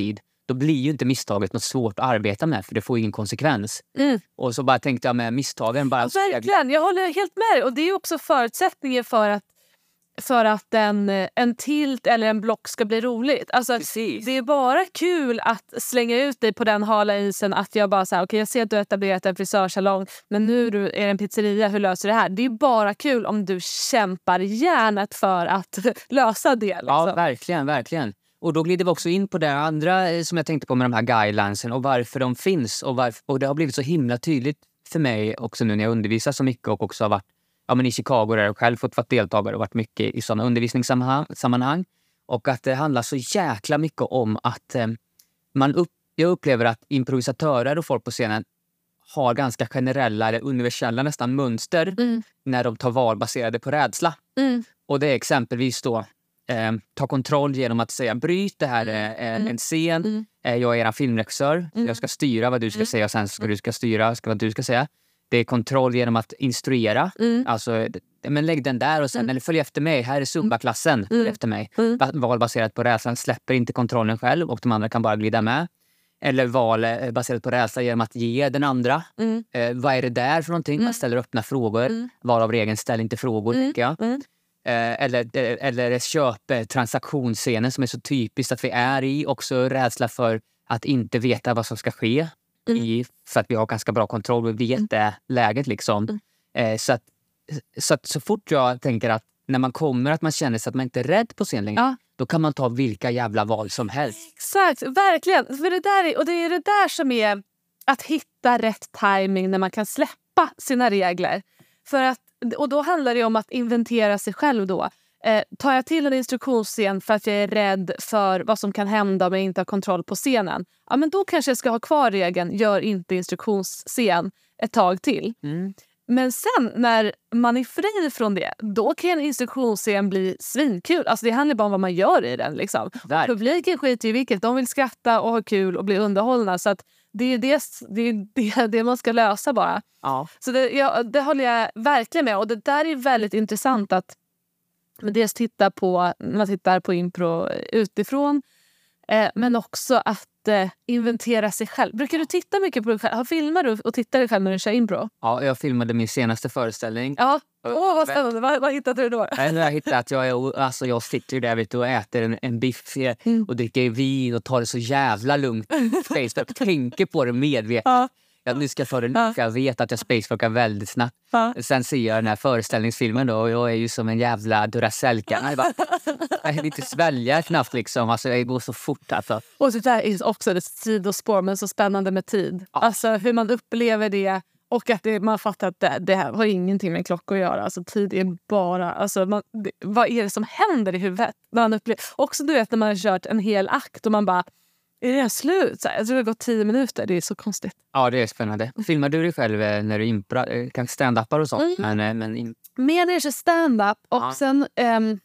då blir ju inte misstaget något svårt att arbeta med, för det får ingen konsekvens. Mm. Och så bara tänkte jag med misstagen bara... Ja, verkligen, jag håller helt med dig. Och det är också förutsättningen för att för att en, en tilt eller en block ska bli roligt. Alltså, det är bara kul att slänga ut dig på den hala isen, att jag bara säger, okej, okay, jag ser att du har etablerat en frisörsalong, men nu är det en pizzeria, hur löser du det här? Det är bara kul om du kämpar hjärnet för att lösa det. Liksom. Ja, verkligen, verkligen. Och då glider vi också in på det andra som jag tänkte på med de här guidelinesen och varför de finns. Och, varför, och det har blivit så himla tydligt för mig också nu när jag undervisar så mycket och också har varit ja, men i Chicago där jag själv fått vara deltagare och varit mycket i sådana undervisningssammanhang. Och att det handlar så jäkla mycket om att eh, man upp, jag upplever att improvisatörer och folk på scenen har ganska generella eller universella nästan mönster mm. när de tar val baserade på rädsla. Mm. Och det är exempelvis då eh, ta kontroll genom att säga bryt, det här är mm. en scen, mm. eh, jag är er filmregissör, mm. jag ska styra vad du ska mm. säga och sen ska du ska styra ska vad du ska säga. Det är kontroll genom att instruera. Mm. Alltså, men lägg den där och sen, mm. eller följ efter mig. Här är Zumba-klassen. Följ mm. efter mig. Mm. Val baserat på rädslan släpper inte kontrollen själv och de andra kan bara glida med. Eller val baserat på rädsla genom att ge den andra. Mm. Eh, vad är det där för någonting? Mm. Man ställer öppna frågor. Mm. Varav regeln ställer inte frågor, mm. tycker jag. Mm. Eh, eller, eller köp transaktionsscenen som är så typiskt att vi är i. Också rädsla för att inte veta vad som ska ske. Mm. I, för att vi har ganska bra kontroll och vi vet mm. läget liksom. Mm. Eh, så, att, så att så fort jag tänker att när man kommer att man känner sig att man inte är rädd på scen längre, ja. Då kan man ta vilka jävla val som helst. Exakt, verkligen. För det där är, och det är det där som är att hitta rätt timing när man kan släppa sina regler. För att, och då handlar det om att inventera sig själv då. Eh, tar jag till en instruktionsscen för att jag är rädd för vad som kan hända om jag inte har kontroll på scenen, ja, men då kanske jag ska ha kvar regeln, gör inte instruktionsscen ett tag till. Mm. Men sen när man är fri från det, då kan en instruktionsscen bli svinkul. Alltså det handlar bara om vad man gör i den. Liksom. Publiken skiter i vilket, de vill skratta och ha kul och bli underhållna. Så att det är det, det, är det, det man ska lösa bara. Ja. Så det, ja, det håller jag verkligen med. Och det där är väldigt intressant att men dels titta på, man tittar på impro utifrån, eh, men också att eh, inventera sig själv. Brukar du titta mycket på dig själv? Filmar du och tittar dig själv när du kör impro? Ja, jag filmade min senaste föreställning. Ja, åh oh, vad spännande. Vad, vad hittade du då? Jag hittade att jag, alltså, jag sitter där vet du, och äter en, en biff mm. och dricker vin och tar det så jävla lugnt. Jag tänker på det medvetet. Ja. Jag nu ska ta det ja. Jag vet att jag spacefuckar väldigt snabbt. Ja. Sen ser jag den här föreställningsfilmen då och jag är ju som en jävla Duracellka. Jag, bara, jag vill inte svälja knappt liksom. Alltså jag går så fort alltså. Och så där är också det sidospår men så spännande med tid. Ja. Alltså hur man upplever det och att det, man fattar att det, det här har ingenting med klockor att göra. Alltså tid är bara, alltså man, det, vad är det som händer i huvudet? När man upplever, också du vet när man har kört en hel akt och man bara, är det slut? Så här, jag tror det har gått tio minuter. Det är så konstigt. Ja, det är spännande. Filmar du dig själv när du impra, kanske stand-upar och sånt? Mm. Men, men in... Mer när jag kör stand-up. Och ja. sen... Um,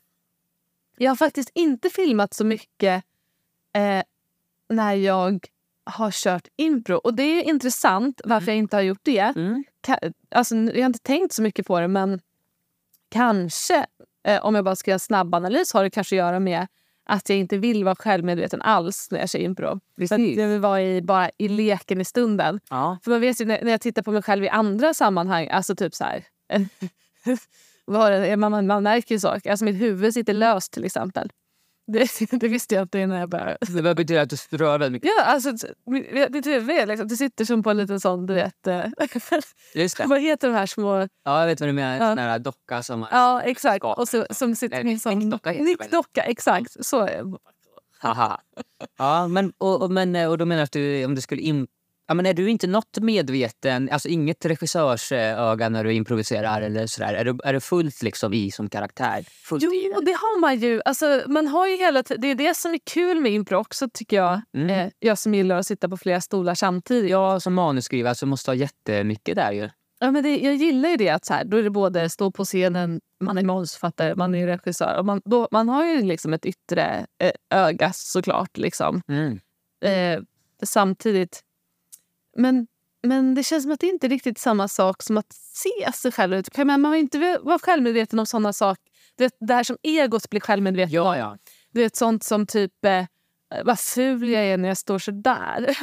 jag har faktiskt inte filmat så mycket uh, när jag har kört impro. Och det är intressant varför mm. jag inte har gjort det. Mm. Ka- alltså, jag har inte tänkt så mycket på det, men kanske, uh, om jag bara ska göra en snabb analys, har det kanske att göra med att jag inte vill vara självmedveten alls när jag kör impro. För att jag vill vara i, bara i leken i stunden. Ja. För man vet ju när, när jag tittar på mig själv i andra sammanhang, alltså typ så här. man, man märker ju saker. Alltså mitt huvud sitter löst till exempel. Det, det visste jag inte när jag började. Det betyder att du strör väldigt mycket. Ja, alltså ditt huvud är liksom, det sitter som på en liten sån, du vet. Just det. Vad heter de här små... Ja, jag vet vad du menar. En sån här docka som... Ja, exakt. Och så, som sitter i en sån... Nickdocka, exakt. Så är det. Haha. Ja, men, och, och, men, och då menar du att du, om du skulle... In, ja, men är du inte något medveten, alltså inget regissörsöga när du improviserar eller sådär? Är du, är du fullt liksom i som karaktär? Fullt jo, i det? det har man ju. Alltså, man har ju hela t- det är det som är kul med impro också tycker jag. Mm. Eh, jag som gillar att sitta på flera stolar samtidigt. Ja, som manusskrivare så måste ha jättemycket där ju. Ja, men det, jag gillar ju det att så här, då är det både stå på scenen, man är manusförfattare, man är regissör. Och man, då, man har ju liksom ett yttre eh, öga såklart liksom. Mm. Eh, samtidigt Men, men det känns som att det inte är riktigt samma sak som att se sig själv ut. Man har inte vara självmedveten om sådana saker. Du vet, det här som egot blir självmedveten ja, ja. Du vet, sånt som typ... Eh, vad ful jag är när jag står så där.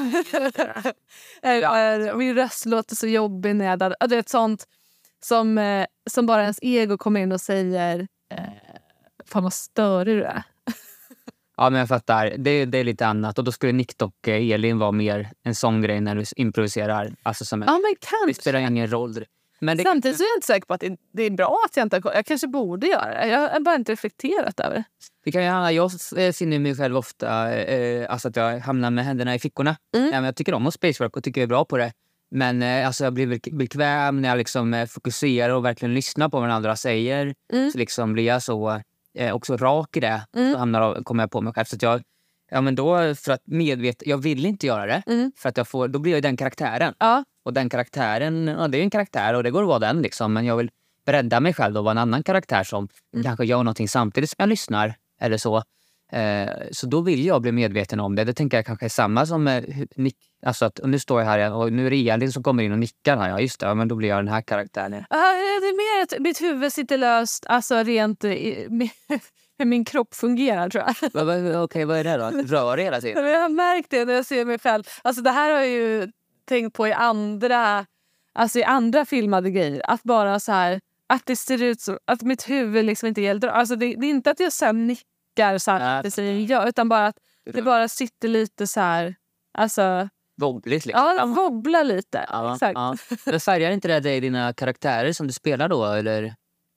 ja. Min röst låter så jobbig när jag där. Det är ett sånt som, eh, som bara ens ego kommer in och säger eh, fan vad störig du är. Ja, men jag fattar. Det, det är lite annat. Och då skulle Nick och Elin vara mer en sån grej när du improviserar. Alltså som en, ja, men kanske. Det spelar ingen roll. Men det, samtidigt så är jag inte säker på att det, det är bra att jag inte... Jag kanske borde göra det. Jag har bara inte reflekterat över det. Det kan ju handla, jag finner mig själv ofta eh, alltså att jag hamnar med händerna i fickorna. Mm. Ja, men jag tycker om att spacework och tycker jag är bra på det. Men eh, alltså jag blir bekväm när jag liksom, eh, fokuserar och verkligen lyssnar på vad den andra säger. Mm. Så liksom blir jag så... Eh, också rak i det, mm. så hamnar, kommer jag på mig själv. Så att jag, ja, men då, för att medvetet, jag vill inte göra det, mm. för att jag får, då blir jag den karaktären. Ja. Och den karaktären, ja, det är en karaktär och det går att vara den liksom. Men jag vill bredda mig själv och vara en annan karaktär som mm. kanske gör någonting samtidigt som jag lyssnar. Eller så. Eh, så då vill jag bli medveten om det. Det tänker jag kanske är samma som eh, Nick. Alltså att, och nu står jag här och nu är det Elin som kommer in och nickar här. Ja just det, ja, men då blir jag den här karaktären. Uh, det är mer att mitt huvud sitter löst, alltså rent i, med, hur min kropp fungerar tror jag. Okej, okay, vad är det då? Rör hela tiden? Jag har märkt det när jag ser mig själv. Alltså det här har jag ju tänkt på i andra, alltså i andra filmade grejer. Att bara så här, att det ser ut som att mitt huvud liksom inte gäller. Alltså det, det är inte att jag så här nickar så här, det säger jag, utan bara att det bara sitter lite så här, alltså... Wobbligt liksom. Ja, de wobblar lite. Ja, exakt. Ja. Men färgar inte det dig dina karaktärer som du spelar då, eller?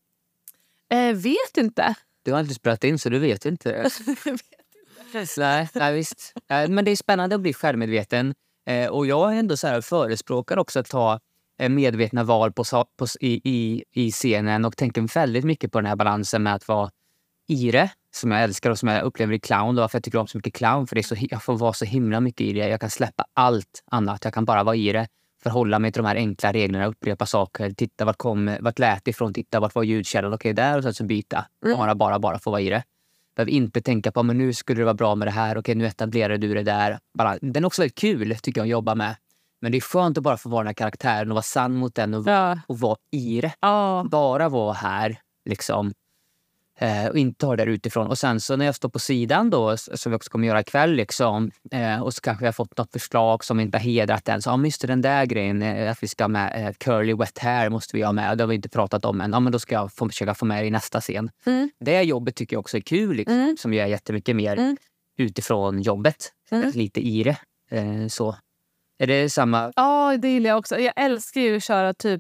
Eh, vet inte. Du har inte spelat in så du vet inte. jag vet inte. Nej, nej, visst. Eh, men det är spännande att bli självmedveten. Eh, och jag är ändå så här förespråkar också att ta eh, medvetna val på, på, i, i, i scenen och tänker väldigt mycket på den här balansen med att vara i det, som jag älskar och som jag upplever i clown. Varför jag tycker om så mycket clown, för det är så, jag får vara så himla mycket i det. Jag kan släppa allt annat. Jag kan bara vara i det, förhålla mig till de här enkla reglerna, upprepa saker, titta vart kom, vart lät ifrån, titta vart var ljudkällan, okej där, och sen så byta. Mm. Bara, bara, bara få vara i det. Behöver inte tänka på, men nu skulle det vara bra med det här, okej nu etablerar du det där. Bara, den är också väldigt kul tycker jag att jobba med. Men det är skönt att bara få vara den här karaktären och vara sann mot den och, ja. och vara i det. Ja. Bara vara här liksom. Eh, och inte ha det utifrån. Och sen så när jag står på sidan då, som vi också kommer göra ikväll liksom, eh, och så kanske jag har fått något förslag som inte har hedrat den. Så ja, just det, den där grejen, eh, att vi ska ha med eh, curly wet hair måste vi ha med. Det har vi inte pratat om än. Ja, men då ska jag få, försöka få med det i nästa scen. Mm. Det jobbet tycker jag också är kul liksom, mm. som gör jättemycket mer mm. utifrån jobbet. Mm. Lite i det. Eh, så. Är det samma? Ja, det gillar jag också. Jag älskar ju att köra typ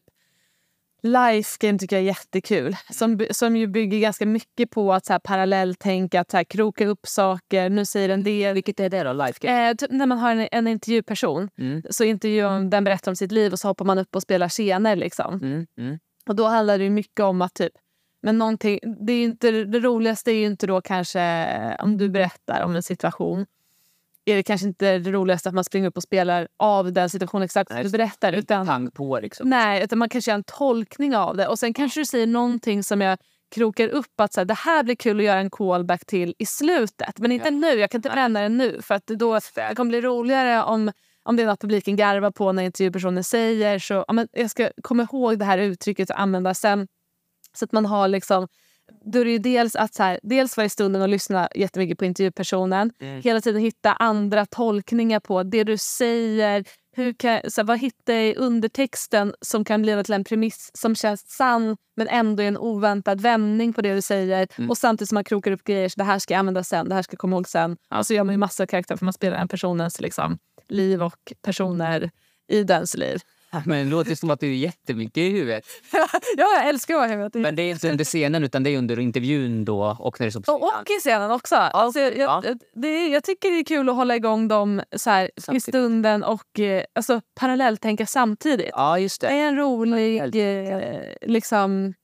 life game, tycker jag är jättekul. Som, som ju bygger ganska mycket på att så här parallelltänka, att så här kroka upp saker. Nu säger en del... Vilket är det då, life game? Eh, typ när man har en, en intervjuperson, Mm. så intervjuar den berättar om sitt liv och så hoppar man upp och spelar scener liksom. Mm. Mm. Och då handlar det ju mycket om att typ, men någonting, det är ju inte, det roligaste är ju inte då kanske om du berättar om en situation. Är det kanske inte det roligaste att man springer upp och spelar av den situationen exakt som du berättar. Utan, pang på liksom. nej, utan man kanske gör en tolkning av det. Och sen kanske du säger någonting som jag krokar upp att så här, det här blir kul att göra en callback till i slutet. Men inte ja. nu, jag kan inte bränna den nu. För att då det kommer bli roligare om, om det är något publiken garvar på när intervjupersonen säger. Så ja, men jag ska komma ihåg det här uttrycket och använda sen. Så att man har liksom... Då är det ju dels att så här, dels vara i stunden och lyssna jättemycket på intervjupersonen. Mm. Hela tiden hitta andra tolkningar på det du säger. Hur kan, så här, vad hittar jag i undertexten som kan bli till en premiss som känns sann men ändå är en oväntad vändning på det du säger. Mm. Och samtidigt som man krokar upp grejer, så det här ska jag använda sen, det här ska jag komma ihåg sen. Ja. Och så gör man ju massa karaktärer för man spelar en personens liksom, liv och personer i dens liv. Men det låter som att det är jättemycket i huvudet. Ja, jag älskar att vara i huvudet. Men det är inte under scenen utan det är under intervjun då och när det är så på och, och i scenen också. Alltså, jag, ja. jag, det är, jag tycker det är kul att hålla igång dem så här, i stunden och eh, alltså, parallelltänka samtidigt. Ja, just det. Det är en rolig eh, liksom...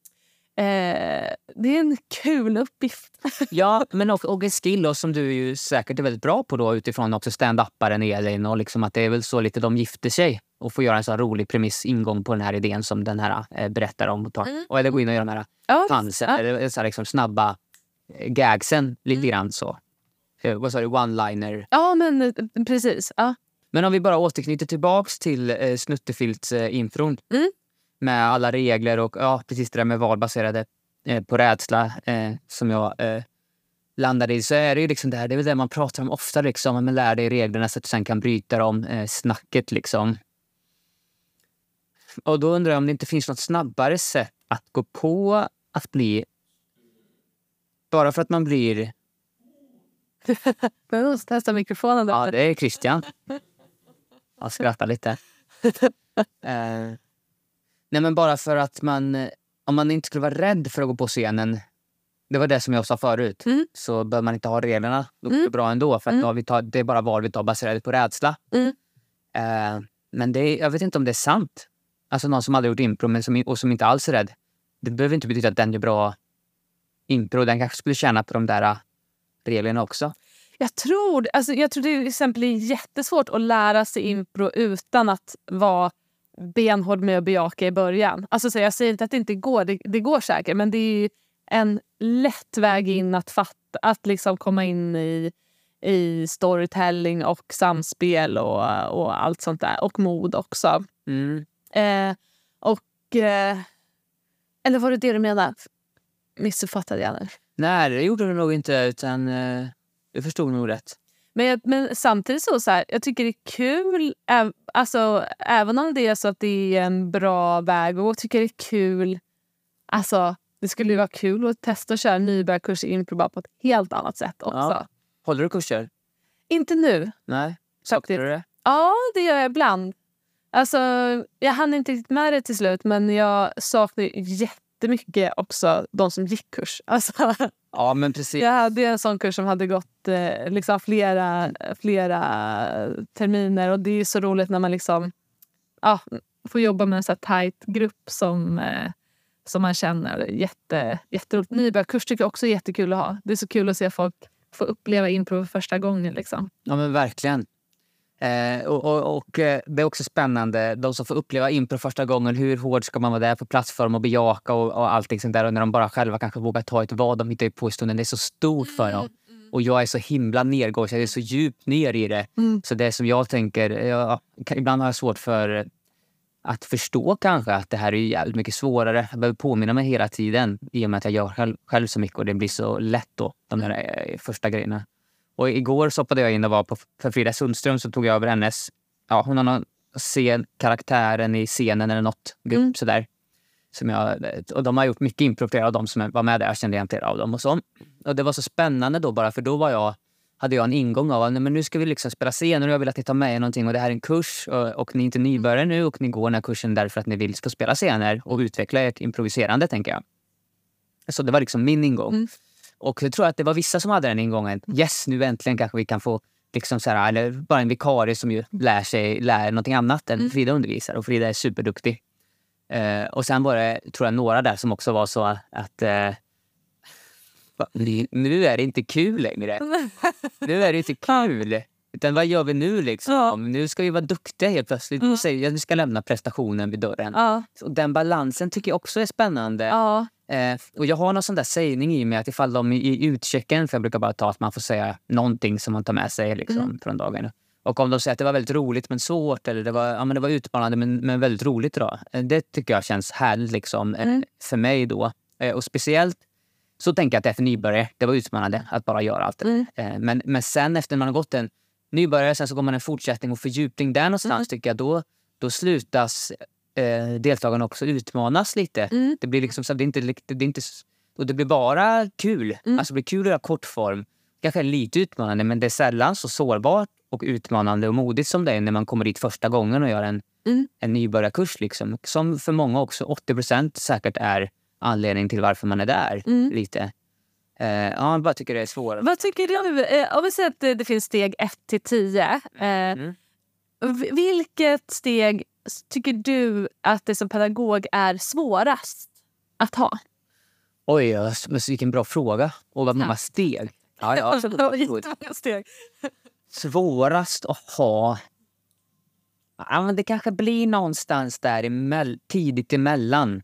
Eh, det är en kul uppgift. Ja, men och, och en skill och som du ju säkert är väldigt bra på då utifrån också stand-uparen Elin och liksom att det är väl så lite de gifter sig och får göra en så rolig premiss ingång på den här idén som den här eh, berättar om och tar. Mm. Och eller gå in och göra de här ja, dansen, ja. eller så här, liksom snabba eh, gagsen lite mm. grann så. Eh, vad sa du, one-liner? Ja, men eh, precis. Ja. Men om vi bara återknyter tillbaks till eh, Snuttefilts eh, infron. Mm. Med alla regler och ja, precis det där med valbaserade eh, på rädsla eh, som jag eh, landar i, så är det ju liksom det här, det är väl det man pratar om ofta liksom, att man lär dig reglerna så att du sen kan bryta dem, eh, snacket liksom. Och då undrar jag om det inte finns något snabbare sätt att gå på att bli, bara för att man blir... Jag måste testa mikrofonen där. Ja, det är Christian. Jag skrattar lite. eh, nej men bara för att man, om man inte skulle vara rädd för att gå på scenen, det var det som jag sa förut, Mm. så bör man inte ha reglerna. Då går det Mm. bra ändå, för att Mm. då har vi tar, det är bara val vi tar baserade på rädsla. Mm. Eh, men det är, jag vet inte om det är sant. Alltså någon som aldrig gjort impro men som, och som inte alls är rädd. Det behöver inte betyda att den gör bra impro. Den kanske skulle tjäna på de där uh, reglerna också. Jag tror, alltså, jag tror det till exempel är jättesvårt att lära sig impro utan att vara benhård med att bejaka i början. Alltså, så jag säger inte att det inte går, det, det går säkert, men det är ju en lätt väg in att fatta, att liksom komma in i, i storytelling och samspel och, och allt sånt där. Och mod också. Mm. Eh, och eh, eller var det det du menade? Missuppfattade jag nu? Nej, det gjorde du nog inte, utan uh, du förstod nog rätt. Men, jag, men samtidigt så, så här, jag tycker det är kul, äv, alltså, även om det är så att det är en bra väg och tycker det är kul, alltså det skulle ju vara kul att testa att köra en nybörjarkurs i impro bara på ett helt annat sätt också. Ja. Håller du kurser? Inte nu. Nej. Saknar du det? Ja, det gör jag ibland. Alltså, jag hann inte riktigt med det till slut, men jag saknar jättemycket också de som gick kurs. Alltså, Ja, men precis. jag hade en sån kurs som hade gått eh, liksom flera, flera terminer, och det är så roligt när man liksom ja, får jobba med en så här tajt grupp som, eh, som man känner. Jätte, jätteroligt. Nybörjarkurs tycker jag också är jättekul att ha. Det är så kul att se folk få uppleva impro för första gången. Liksom. Ja, men verkligen. Eh, och, och, och eh, det är också spännande, de som får uppleva impro första gången, hur hård ska man vara där på plattform och bejaka och, och allting sånt där, och när de bara själva kanske vågar ta ett vad de hittar på i stunden, det är så stort för dem. Och jag är så himla nergångsad, jag är så djupt ner i det. Mm. Så det som jag tänker, jag, ibland har jag svårt för att förstå kanske att det här är jävligt mycket svårare. Jag behöver påminna mig hela tiden i och med att jag gör själv, själv så mycket, och det blir så lätt då, de där eh, första grejerna. Och igår soppade jag in och var på för Frida Sundström, så tog jag över hennes, ja, hon har någon scen, karaktären i scenen eller något grupp Mm. sådär. Som jag, och de har gjort mycket impro, flera av dem som var med där, jag kände igen flera av dem och så. Och det var så spännande då bara, för då var jag, hade jag en ingång av, nej, men nu ska vi liksom spela scener och jag vill att ni tar med er någonting, och det här är en kurs och, och ni är inte nybörjare nu, och ni går den här kursen därför att ni vill få spela scener och utveckla ert improviserande, tänker jag. Så det var liksom min ingång. Mm. Och jag tror att det var vissa som hade den ingången. Yes, nu äntligen kanske vi kan få liksom så här, eller bara en vikarie som ju lär sig lär någonting annat än Mm. Frida undervisar. Och Frida är superduktig. Eh, och sen var det, tror jag, några där som också var så att eh, nu, nu är det inte kul längre. Nu är det inte kul. Utan vad gör vi nu liksom? Ja. Nu ska vi vara duktiga helt plötsligt. Mm. Säger jag, nu ska lämna prestationen vid dörren. Ja, Så den balansen tycker jag också är spännande. ja. Eh, och jag har någon sån där sägning i mig att ifall de i, i utchecken, för jag brukar bara ta att man får säga någonting som man tar med sig liksom, Mm. från dagen. Och om de säger att det var väldigt roligt men svårt, eller det var, ja, men det var utmanande men, men väldigt roligt idag. Eh, det tycker jag känns härligt liksom, eh, Mm. för mig då. Eh, och speciellt så tänker jag att det är för nybörjare. Det var utmanande att bara göra allt det. Mm. Eh, men, men sen efter man har gått en nybörjare, sen så går man en fortsättning och fördjupning där någonstans, Mm. tycker jag. Då, då slutas eh, deltagarna också utmanas lite. Mm. Det blir liksom så, det är inte, det är inte, och det blir bara kul. Mm. Alltså det blir kul att göra kortform. Kanske lite utmanande, men det är sällan så sårbart och utmanande och modigt som det är när man kommer dit första gången och gör en, Mm. en nybörjarkurs. Liksom. Som för många också, åttio procent säkert är anledning till varför man är där. Mm. Lite. Eh, ja, jag bara tycker det är svårt. Vad tycker du? Eh, om vi säger att det, det finns steg ett till tio. Eh, Mm. v- vilket steg tycker du att det som pedagog är svårast att ha? Oj, ja, men vilken bra fråga. Och vad många Ja. steg. Ja, ja. Jättemånga steg. Svårast att ha. Ja, men det kanske blir någonstans där emell- tidigt emellan.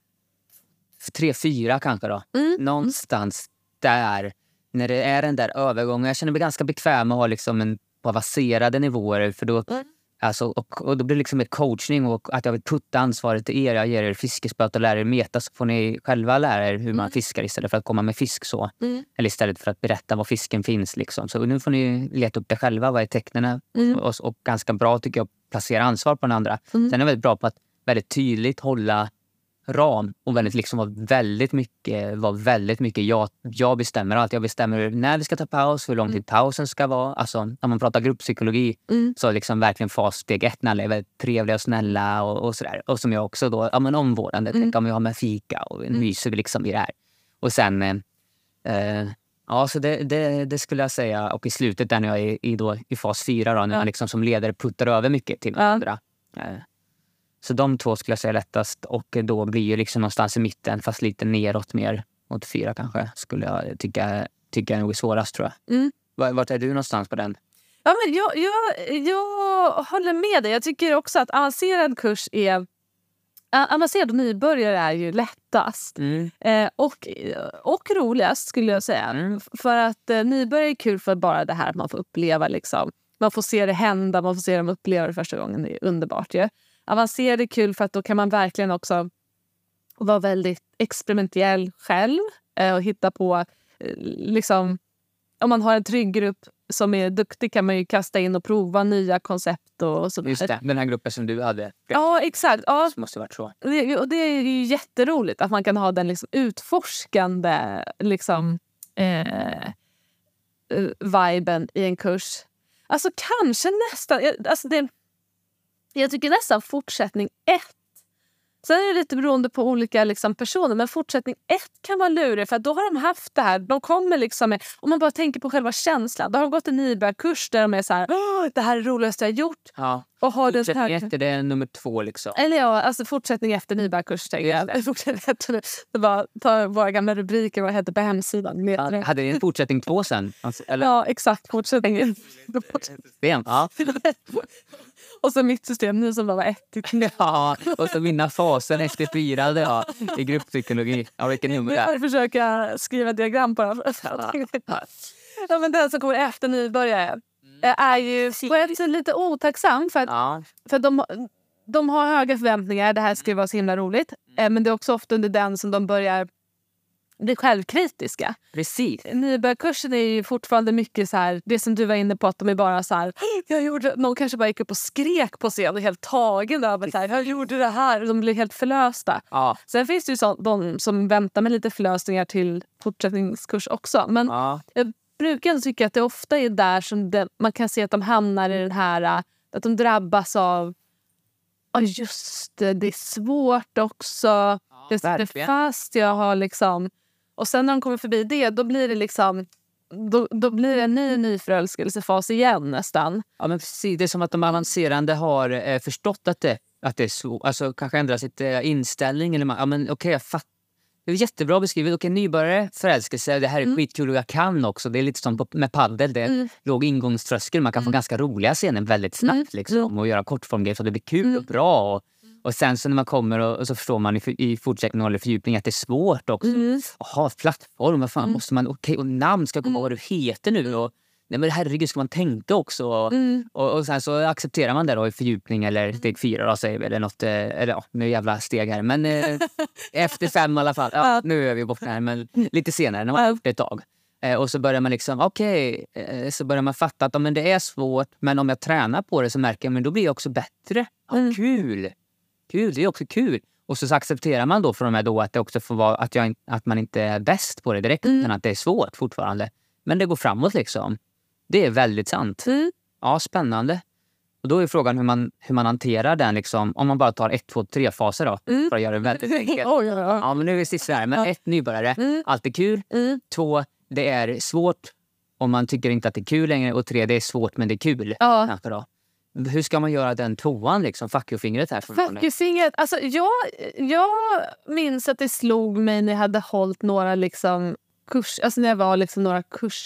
Tre, fyra kanske då. Mm. Någonstans där. När det är den där övergången. Jag känner mig ganska bekväm med att ha liksom en på avancerade nivåer. För då Mm. Alltså, och, och då blir det liksom ett coachning och att jag vill putta ansvaret till er. Jag ger er fiskespöt och lär er meta, så får ni själva lära er hur man mm. fiskar istället för att komma med fisk så. Mm. Eller istället för att berätta var fisken finns. Liksom. Så nu får ni leta upp det själva, vad är tecknena. Mm. Och, och ganska bra tycker jag att placera ansvar på den andra. Mm. Sen är jag väldigt bra på att väldigt tydligt hålla ram och väldigt liksom var väldigt mycket var väldigt mycket jag, jag bestämmer allt. Jag bestämmer när vi ska ta paus, hur lång tid pausen ska vara. Alltså när man pratar grupppsykologi mm. så liksom verkligen fas steg ett när alla är väldigt trevliga och snälla och, och sådär. Och som jag också då, ja men omvårdande, mm. tänk om jag har med fika och mm. myser vi liksom i det här. Och sen eh, ja så det, det, det skulle jag säga, och i slutet där när jag är i, då, i fas fyra då, när ja. man liksom som ledare puttar över mycket till ja. andra. Eh, Så de två skulle jag säga lättast, och då blir ju liksom någonstans i mitten, fast lite neråt mer mot fyra kanske, skulle jag tycka, tycka är nog svårast tror jag. Mm. Vart är du någonstans på den? Ja, men jag, jag, jag håller med dig. Jag tycker också att avancerad kurs är... Avancerad och nybörjare är ju lättast. Mm. Eh, och, och roligast skulle jag säga. Mm. För att eh, nybörjare är kul för bara det här att man får uppleva liksom. Man får se det hända, man får se dem uppleva det första gången. Det är underbart ju. Ja. Avancerad är kul för att då kan man verkligen också vara väldigt experimentell själv eh, och hitta på eh, liksom, om man har en trygg grupp som är duktig kan man ju kasta in och prova nya koncept och sådär. Just det, den här gruppen som du hade. Ja, exakt. Ja. Det måste varit så. Det, och det är ju jätteroligt att man kan ha den liksom utforskande liksom eh, viben i en kurs. Alltså kanske nästan, alltså det jag tycker nästan fortsättning ett. Sen är det lite beroende på olika liksom, personer. Men fortsättning ett kan vara lurig. För att då har de haft det här. De kommer liksom med, om man bara tänker på själva känslan. Då har de gått en nybörjarkurs där de är så här. Det här är det roligaste jag har gjort. Ja. Och har fortsättning här... ett är det nummer två liksom. Eller ja, alltså fortsättning efter nybörjarkurs. Det var ta våra gamla rubriker. Vad hette på hemsidan. Ja, hade ni en fortsättning två sen? Alltså, eller? Ja, exakt. Fortsättning. Ja. Och så mitt system nu som var ett till ja, och så vinna fasen efter fyra ja, i grupppsykologi. Ja, vilken nummer jag försöker skriva diagram på det. Ja, men den som kommer efter nybörjare är ju är lite otacksam för att, ja. för att de, de har höga förväntningar. Det här ska vara så himla roligt. Men det är också ofta under den som de börjar bli självkritiska. Precis. Nybörjarkursen är ju fortfarande mycket så här, det som du var inne på, att de är bara så här, jag gjorde, någon kanske bara gick upp och skrek på scen och helt tagen över så här, jag gjorde det här, de blir helt förlösta. Ja. Sen finns det ju så, de som väntar med lite förlösningar till fortsättningskurs också, men ja. jag brukar tycka att det ofta är där som det, man kan se att de hamnar i den här, att de drabbas av ja oh, just det, det är svårt också, ja, jag sitter fast, jag har liksom. Och sen när de kommer förbi det, då blir det liksom då, då blir det en ny nyförälskelsefas igen nästan. Ja, men precis. Det är som att de avancerande har eh, förstått att det, att det är så. Alltså kanske ändra sitt eh, inställning. Eller man, ja, men okej, okay, jag fattar. Det är jättebra beskrivet. Okej, nybörjare, förälskelse. Det här är mm. skitkul och jag kan också. Det är lite som med paddel. Det är mm. låg ingångströskel. Man kan mm. få ganska roliga scener väldigt snabbt. Mm. Liksom, och göra kortformgrejer så det blir kul mm. och bra. Och, Och sen så när man kommer och, och så förstår man i, i fortsättning eller fördjupning att det är svårt också. Mm. Jaha, plattform, vad fan mm. måste man, okej, okay, och namn ska komma mm. vad du heter nu och nej men herregud ska man tänka också och, mm. och, och sen så accepterar man det då i fördjupning eller steg fyra då säger vi eller något, eller ja, nu jävla steg här men eh, efter fem i alla fall, ja, nu är vi borta här men lite senare när man har gjort det ett tag. Eh, och så börjar man liksom, okej, okay, eh, så börjar man fatta att ja, men det är svårt men om jag tränar på det så märker jag men då blir jag också bättre. Ja, mm. kul! Kul, det är också kul. Och så, så accepterar man då för de här då att det också får vara att, jag, att man inte är bäst på det direkt mm. men att det är svårt fortfarande. Men det går framåt liksom. Det är väldigt sant. Mm. Ja, spännande. Och då är frågan hur man, hur man hanterar den liksom. Om man bara tar ett, två, tre faser då. Mm. För att göra det väldigt enkelt. oh, ja, ja. ja, men nu är vi sista här. Men ja. ett, nybörjare. Mm. Allt är kul. Mm. Två, det är svårt om man tycker inte att det är kul längre. Och tre, det är svårt men det är kul. Ja. Kanske då. Hur ska man göra den tvåan liksom? Fuck you-fingret här. Fuck you-fingret. Alltså jag, jag minns att det slog mig när jag hade hållit några liksom kurs, alltså när jag var liksom några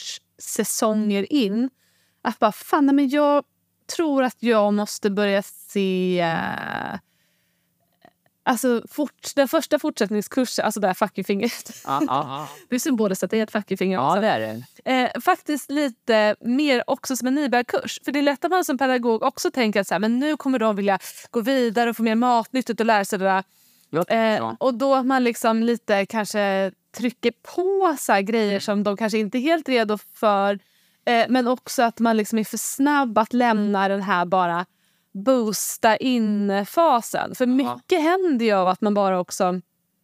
kurssäsonger in. Att bara, fan men jag tror att jag måste börja se alltså fort, den första fortsättningskursen, alltså det här fuck you-fingret. Ja, ja, ja. Det är symboliskt att det är ett fuck you-finger också. Ja, det är det. Eh, faktiskt lite mer också som en nybörjarkurs. För det är lätt att man som pedagog också tänker att så här, men nu kommer de vilja gå vidare och få mer matnyttigt och lära sig det där. Eh, och då man liksom lite kanske trycker på så här grejer mm. som de kanske inte är helt redo för. Eh, men också att man liksom är för snabb att lämna mm. den här bara boosta in-fasen. För mycket ja. händer ju av att man bara också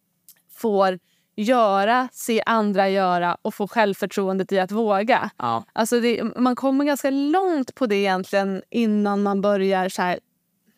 får göra, se andra göra och få självförtroendet i att våga. Ja. Alltså det, man kommer ganska långt på det egentligen innan man börjar så här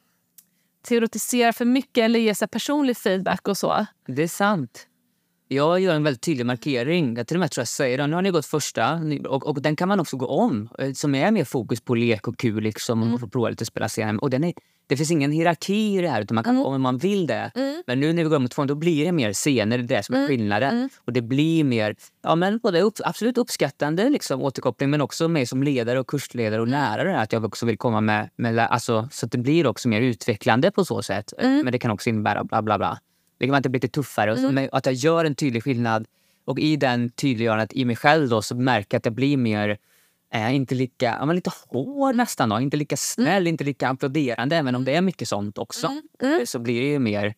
teoretisera för mycket eller ge sig personlig feedback och så. Det är sant. Jag gör en väldigt tydlig markering. Jag till och med tror jag säger det. Nu har ni gått första. Och, och den kan man också gå om. Som är mer fokus på lek och kul. Liksom, mm. och få prova lite att spela scenen. Och den är, det finns ingen hierarki i det här. Utan man kan mm. om man vill det. Mm. Men nu när vi går mot två, då blir det mer scener. Det är det som är mm. skillnaden. Mm. Och det blir mer, ja men både upp, absolut uppskattande liksom, återkoppling. Men också mig som ledare och kursledare och lärare. Att jag också vill komma med, med alltså, så att det blir också mer utvecklande på så sätt. Mm. Men det kan också innebära bla bla bla. Det kan vara inte bli lite tuffare. Och så, mm. att jag gör en tydlig skillnad. Och i den tydliggörandet i mig själv då, så märker jag att jag blir mer, eh, inte lika, ja, men lite hård nästan då. Inte lika snäll, mm. inte lika applåderande. Även om det är mycket sånt också. Mm. Mm. Så blir det ju mer,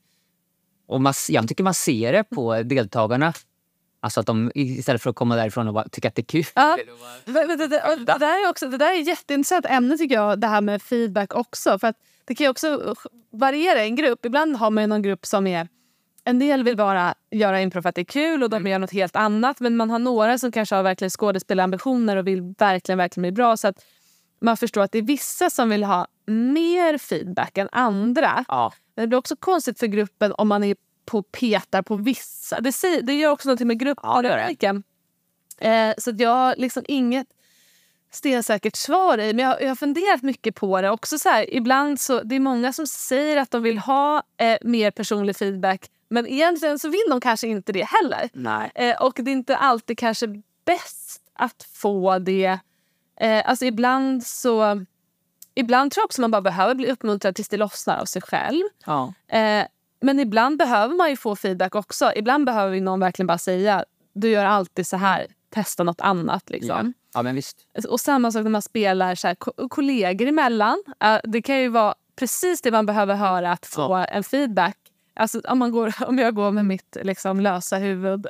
och man, jag tycker man ser det på deltagarna. Alltså att de istället för att komma därifrån och bara, tycka att det är kul. Ja. Det, det, det, det, där är också, det där är ett jätteintressant ämne tycker jag. Det här med feedback också. För att det kan ju också variera i en grupp. Ibland har man någon grupp som är, en del vill bara göra improv för att det är kul och de gör något helt annat. Men man har några som kanske har verkligen skådespelarambitioner och vill verkligen, verkligen bli bra. Så att man förstår att det är vissa som vill ha mer feedback än andra. Ja. Men det blir också konstigt för gruppen om man är på petar på vissa. Det, säger, det gör också något med gruppen. Ja, eh, så att jag har liksom inget stensäkert svar i. Men jag, jag har funderat mycket på det. Också så här, ibland så, det är många som säger att de vill ha eh, mer personlig feedback. Men egentligen så vill de kanske inte det heller. Nej. Eh, och det är inte alltid kanske bäst att få det. Eh, alltså ibland så... Ibland tror jag också man bara behöver bli uppmuntrad tills det lossnar av sig själv. Ja. Eh, men ibland behöver man ju få feedback också. Ibland behöver någon verkligen bara säga, du gör alltid så här. Testa något annat liksom. Ja, ja men visst. Och samma sak när man spelar så här, ko- kollegor emellan. Uh, det kan ju vara precis det man behöver höra att få ja. en feedback. Alltså om, man går, om jag går med mitt liksom, lösa huvud.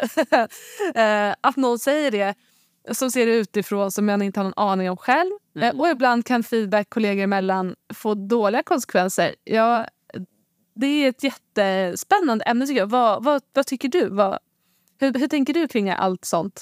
uh, att någon säger det som ser det utifrån som jag inte har någon aning om själv. Mm. Uh, och ibland kan feedback kollegor emellan få dåliga konsekvenser. Ja, det är ett jättespännande ämne tycker jag. Vad, vad, vad tycker du? Vad, hur, hur tänker du kring allt sånt?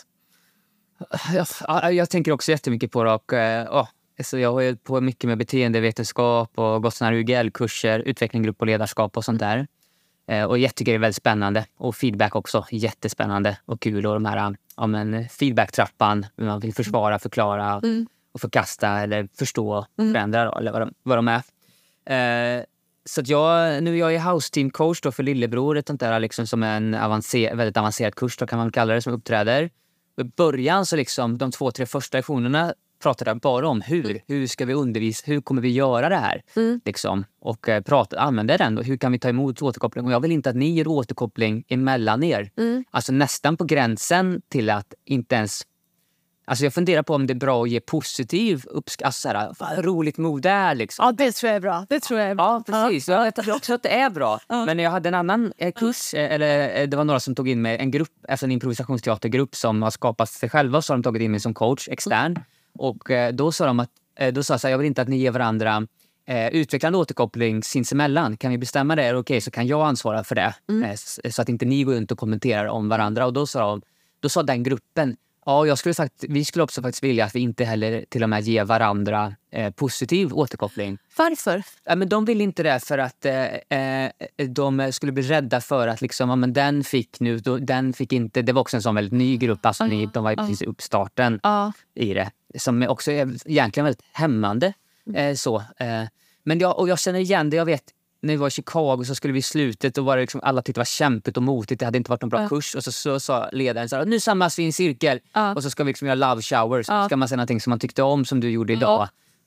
Jag, jag tänker också jättemycket på det och oh, alltså jag har ju på mycket med beteendevetenskap och gått såna här U G L-kurser, utveckling, grupp och ledarskap och sånt där. Eh, och jag tycker det är väldigt spännande. Och feedback också, jättespännande och kul. Och de här ja, men feedback-trappan, man vill försvara, förklara mm. och förkasta eller förstå, mm. förändra då, eller vad de, vad de är. Eh, så att jag, nu är jag i house team coach då för lillebror, ett sånt där liksom som en avancer, väldigt avancerad kurs då kan man kalla det, som uppträder. I början så liksom de två, tre första lektionerna pratade jag bara om hur. Mm. Hur ska vi undervisa? Hur kommer vi göra det här? Mm. Liksom. Och eh, prata, använda den. Och hur kan vi ta emot återkoppling? Och jag vill inte att ni ger återkoppling emellan er. Mm. Alltså nästan på gränsen till att inte ens... Alltså jag funderar på om det är bra att ge positiv uppskattning. Alltså såhär, vad roligt mod det är liksom. Ja, det tror jag är bra. Det tror jag är bra. Ja, precis. Ja. Jag tror också att det är bra. Ja. Men jag hade en annan eh, kurs, eh, eller eh, det var några som tog in mig en grupp, alltså en improvisationsteatergrupp som har skapat sig själva, så har de tagit in mig som coach, extern. Mm. Och eh, då sa de att, eh, då sa jag så här, jag vill inte att ni ger varandra eh, utvecklande återkoppling sinsemellan. Kan vi bestämma det? Okej, okay, så kan jag ansvara för det. Mm. Eh, så, så att inte ni går runt och kommenterar om varandra. Och då sa, de, då sa den gruppen, ja, jag skulle sagt, vi skulle också faktiskt vilja att vi inte heller till och med ger varandra eh, positiv återkoppling. Varför? Ja, men de vill inte det för att eh, eh, de skulle bli rädda för att liksom, ja, men den fick nu, då, den fick inte, det var också en sån väldigt ny grupp, alltså uh, ni, de var precis uh. uppstarten uh. i det. Som också är egentligen väldigt hämmande. Eh, så. Eh, men jag, och jag känner igen det, jag vet, när vi var i Chicago så skulle vi i slutet och var det liksom, alla tyckte det var kämpigt och motigt. Det hade inte varit någon bra uh. kurs. Och så, så sa ledaren så här, nu samlas vi i en cirkel. Uh. Och så ska vi liksom göra love showers. Uh. Så ska man säga någonting som man tyckte om som du gjorde idag. Uh.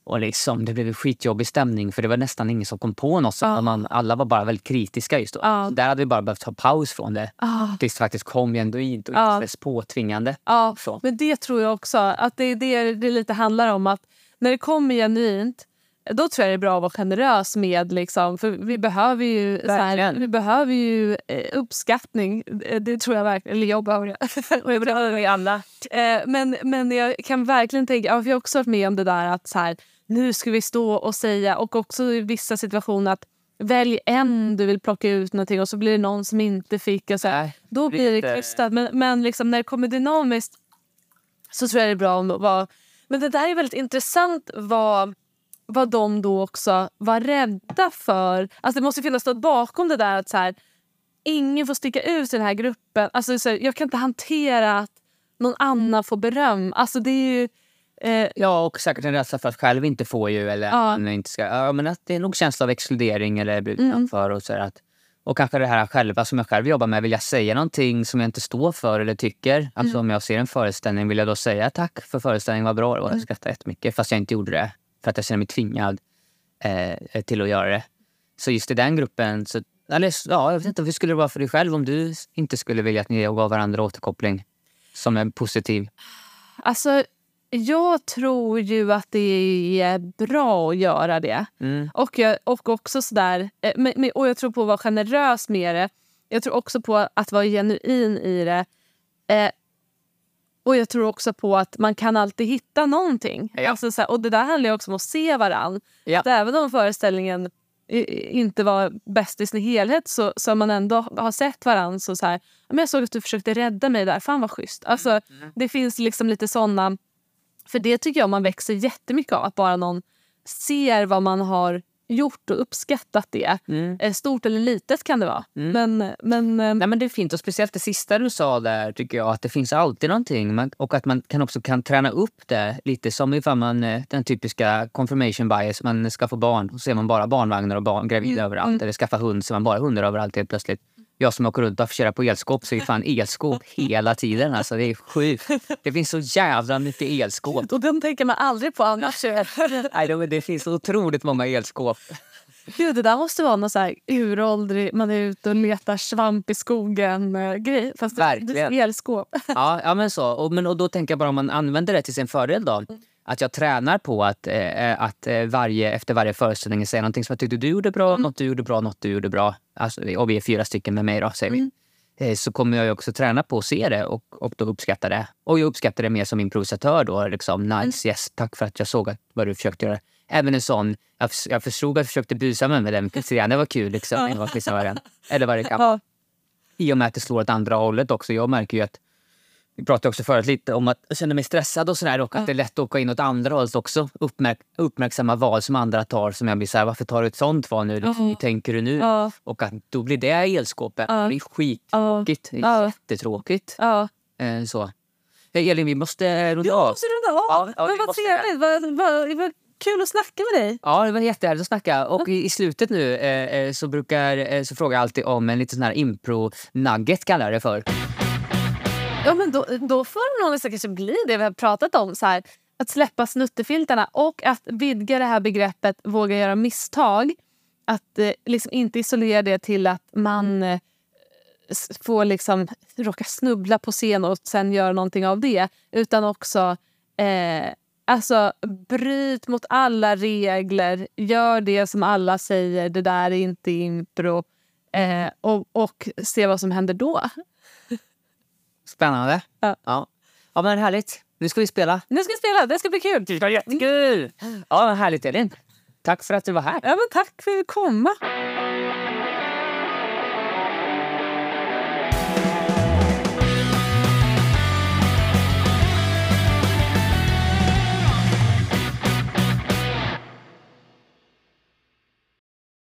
Och liksom, det blev en skitjobbig stämning för det var nästan ingen som kom på något. Ja. Man, alla var bara väldigt kritiska just då. Ja. Så där hade vi bara behövt ta paus från det. Ja. Tills det faktiskt kom genuint och Ja. inte påtvingande. Ja, Så. men det tror jag också. Att det är det det lite handlar om. Att när det kommer genuint, då tror jag det är bra att vara generös med. Liksom, för vi behöver ju, så här, vi behöver ju eh, uppskattning. Eh, Det tror jag verkligen. Eller jag behöver det. Och jag behöver det alla. Eh, men, men jag kan verkligen tänka, ja, för jag har också varit med om det där att så här, nu ska vi stå och säga, och också i vissa situationer att välj en du vill plocka ut någonting och så blir det någon som inte fick. Och så här. Nej, Då blir det lite- krystat. Men, men liksom, när det kommer dynamiskt så tror jag det är bra om att vara... Men det där är väldigt intressant vad, vad de då också var rädda för. Alltså det måste finnas något bakom det där att så här, ingen får sticka ut i den här gruppen. Alltså så här, jag kan inte hantera att någon annan får beröm. Alltså det är ju... Eh, Ja, och säkert en rädsla för att själv inte få ju eller Ja. man inte ska. Ja, men att det är nog känsla av exkludering eller bli utanför och så där, att och kanske det här själva som jag själv jobbar med, vill jag säga någonting som jag inte står för eller tycker. Alltså om jag ser en föreställning vill jag då säga tack för föreställningen var bra och jag skrattar jättemycket fast jag inte gjorde det för att jag känner mig tvingad eh, till att göra det. Så just i den gruppen så eller, ja, jag vet inte hur skulle det vara för dig själv om du inte skulle vilja att ni gav varandra återkoppling som är positiv. alltså jag tror ju att det är bra att göra det. Mm. Och, jag, och också sådär, eh, men, men, och jag tror på att vara generös med det. Jag tror också på att vara genuin i det. Eh, och jag tror också på att man kan alltid hitta någonting. Ja. Alltså, såhär, och det där handlar ju också om att se varann. Ja. Att även om föreställningen i- inte var bäst i sin helhet så, så man ändå har sett varann. Så, så här, men jag såg att du försökte rädda mig där. Fan vad schysst. Alltså, Mm. det finns liksom lite sådana... För det tycker jag man växer jättemycket av. Att bara någon ser vad man har gjort och uppskattat det. Mm. Eh, Stort eller litet kan det vara. Men, men, eh, Nej, men det är fint och speciellt det sista du sa där tycker jag att det finns alltid någonting man, och att man kan också kan träna upp det lite som ifall man eh, den typiska confirmation bias, man ska få barn och så ser man bara barnvagnar och barn, gravida överallt eller skaffa hund så man bara hundar överallt helt plötsligt. Jag som åker runt och köra på elskåp så är fan elskåp hela tiden. Alltså det är sjukt. Det finns så jävla mycket elskåp. och den tänker man aldrig på annars. Nej, det, det finns så otroligt många elskåp. Gud, det där måste vara någon så här uråldrig, man är ute och letar svamp i skogen eh, grej. Fast det, det Verkligen. är elskåp. Ja, ja men så. Och, men, och då tänker jag bara om man använder det till sin fördel då. Att jag tränar på att, eh, att eh, varje, efter varje föreställning säga någonting som jag tyckte du gjorde bra, något du gjorde bra, något du gjorde bra. Alltså, och vi är fyra stycken med mig då, säger vi. Eh, så kommer jag ju också träna på att se det och, och då uppskatta det. Och jag uppskattar det mer som improvisatör då. Liksom, nice, yes, tack för att jag såg att, vad du försökte göra. Även en sån, jag, jag förstod att du försökte busa med mig den pizzerian. Det var kul liksom. Det var liksom vad den. Eller vad det kan. Ja. I och med att det slår åt andra hållet också. Jag märker ju att, vi pratade också förut lite om att jag känner mig stressad och sådär. Och att det är lätt att åka in åt andra hållet också. Uppmärk, uppmärksamma val som andra tar. Som jag blir såhär, varför tar du ett sånt val nu? Hur tänker du nu? Ja. Och att då blir det elskåpet. Det är skittråkigt. Det är Ja. jättetråkigt. Ja. Eh, så. Hey, Elin, vi måste eh, runda av. Måste du då? Ja, ja, Men vi vad måste- trevligt. Vad, vad, vad kul att snacka med dig. Ja, det var jättehärligt att snacka. Och i, i slutet nu eh, eh, så brukar eh, så frågar jag alltid om en liten sån här impro-nugget kallar jag det för. Ja, men då, då får det nog kanske bli det vi har pratat om. Så här, att släppa snuttefiltarna och att vidga det här begreppet våga göra misstag. Att eh, liksom inte isolera det till att man eh, s- får liksom råka snubbla på scen och sen göra någonting av det. Utan också eh, alltså, bryt mot alla regler. Gör det som alla säger. Det där är inte impro. Eh, och, och se vad som händer då. Spännande. Ja. Ja, ja men härligt. Nu ska vi spela. Nu ska vi spela. Det ska bli kul. Det var jättekul! Ja, härligt Elin. Tack för att du var här. Ja, men tack för att du kom.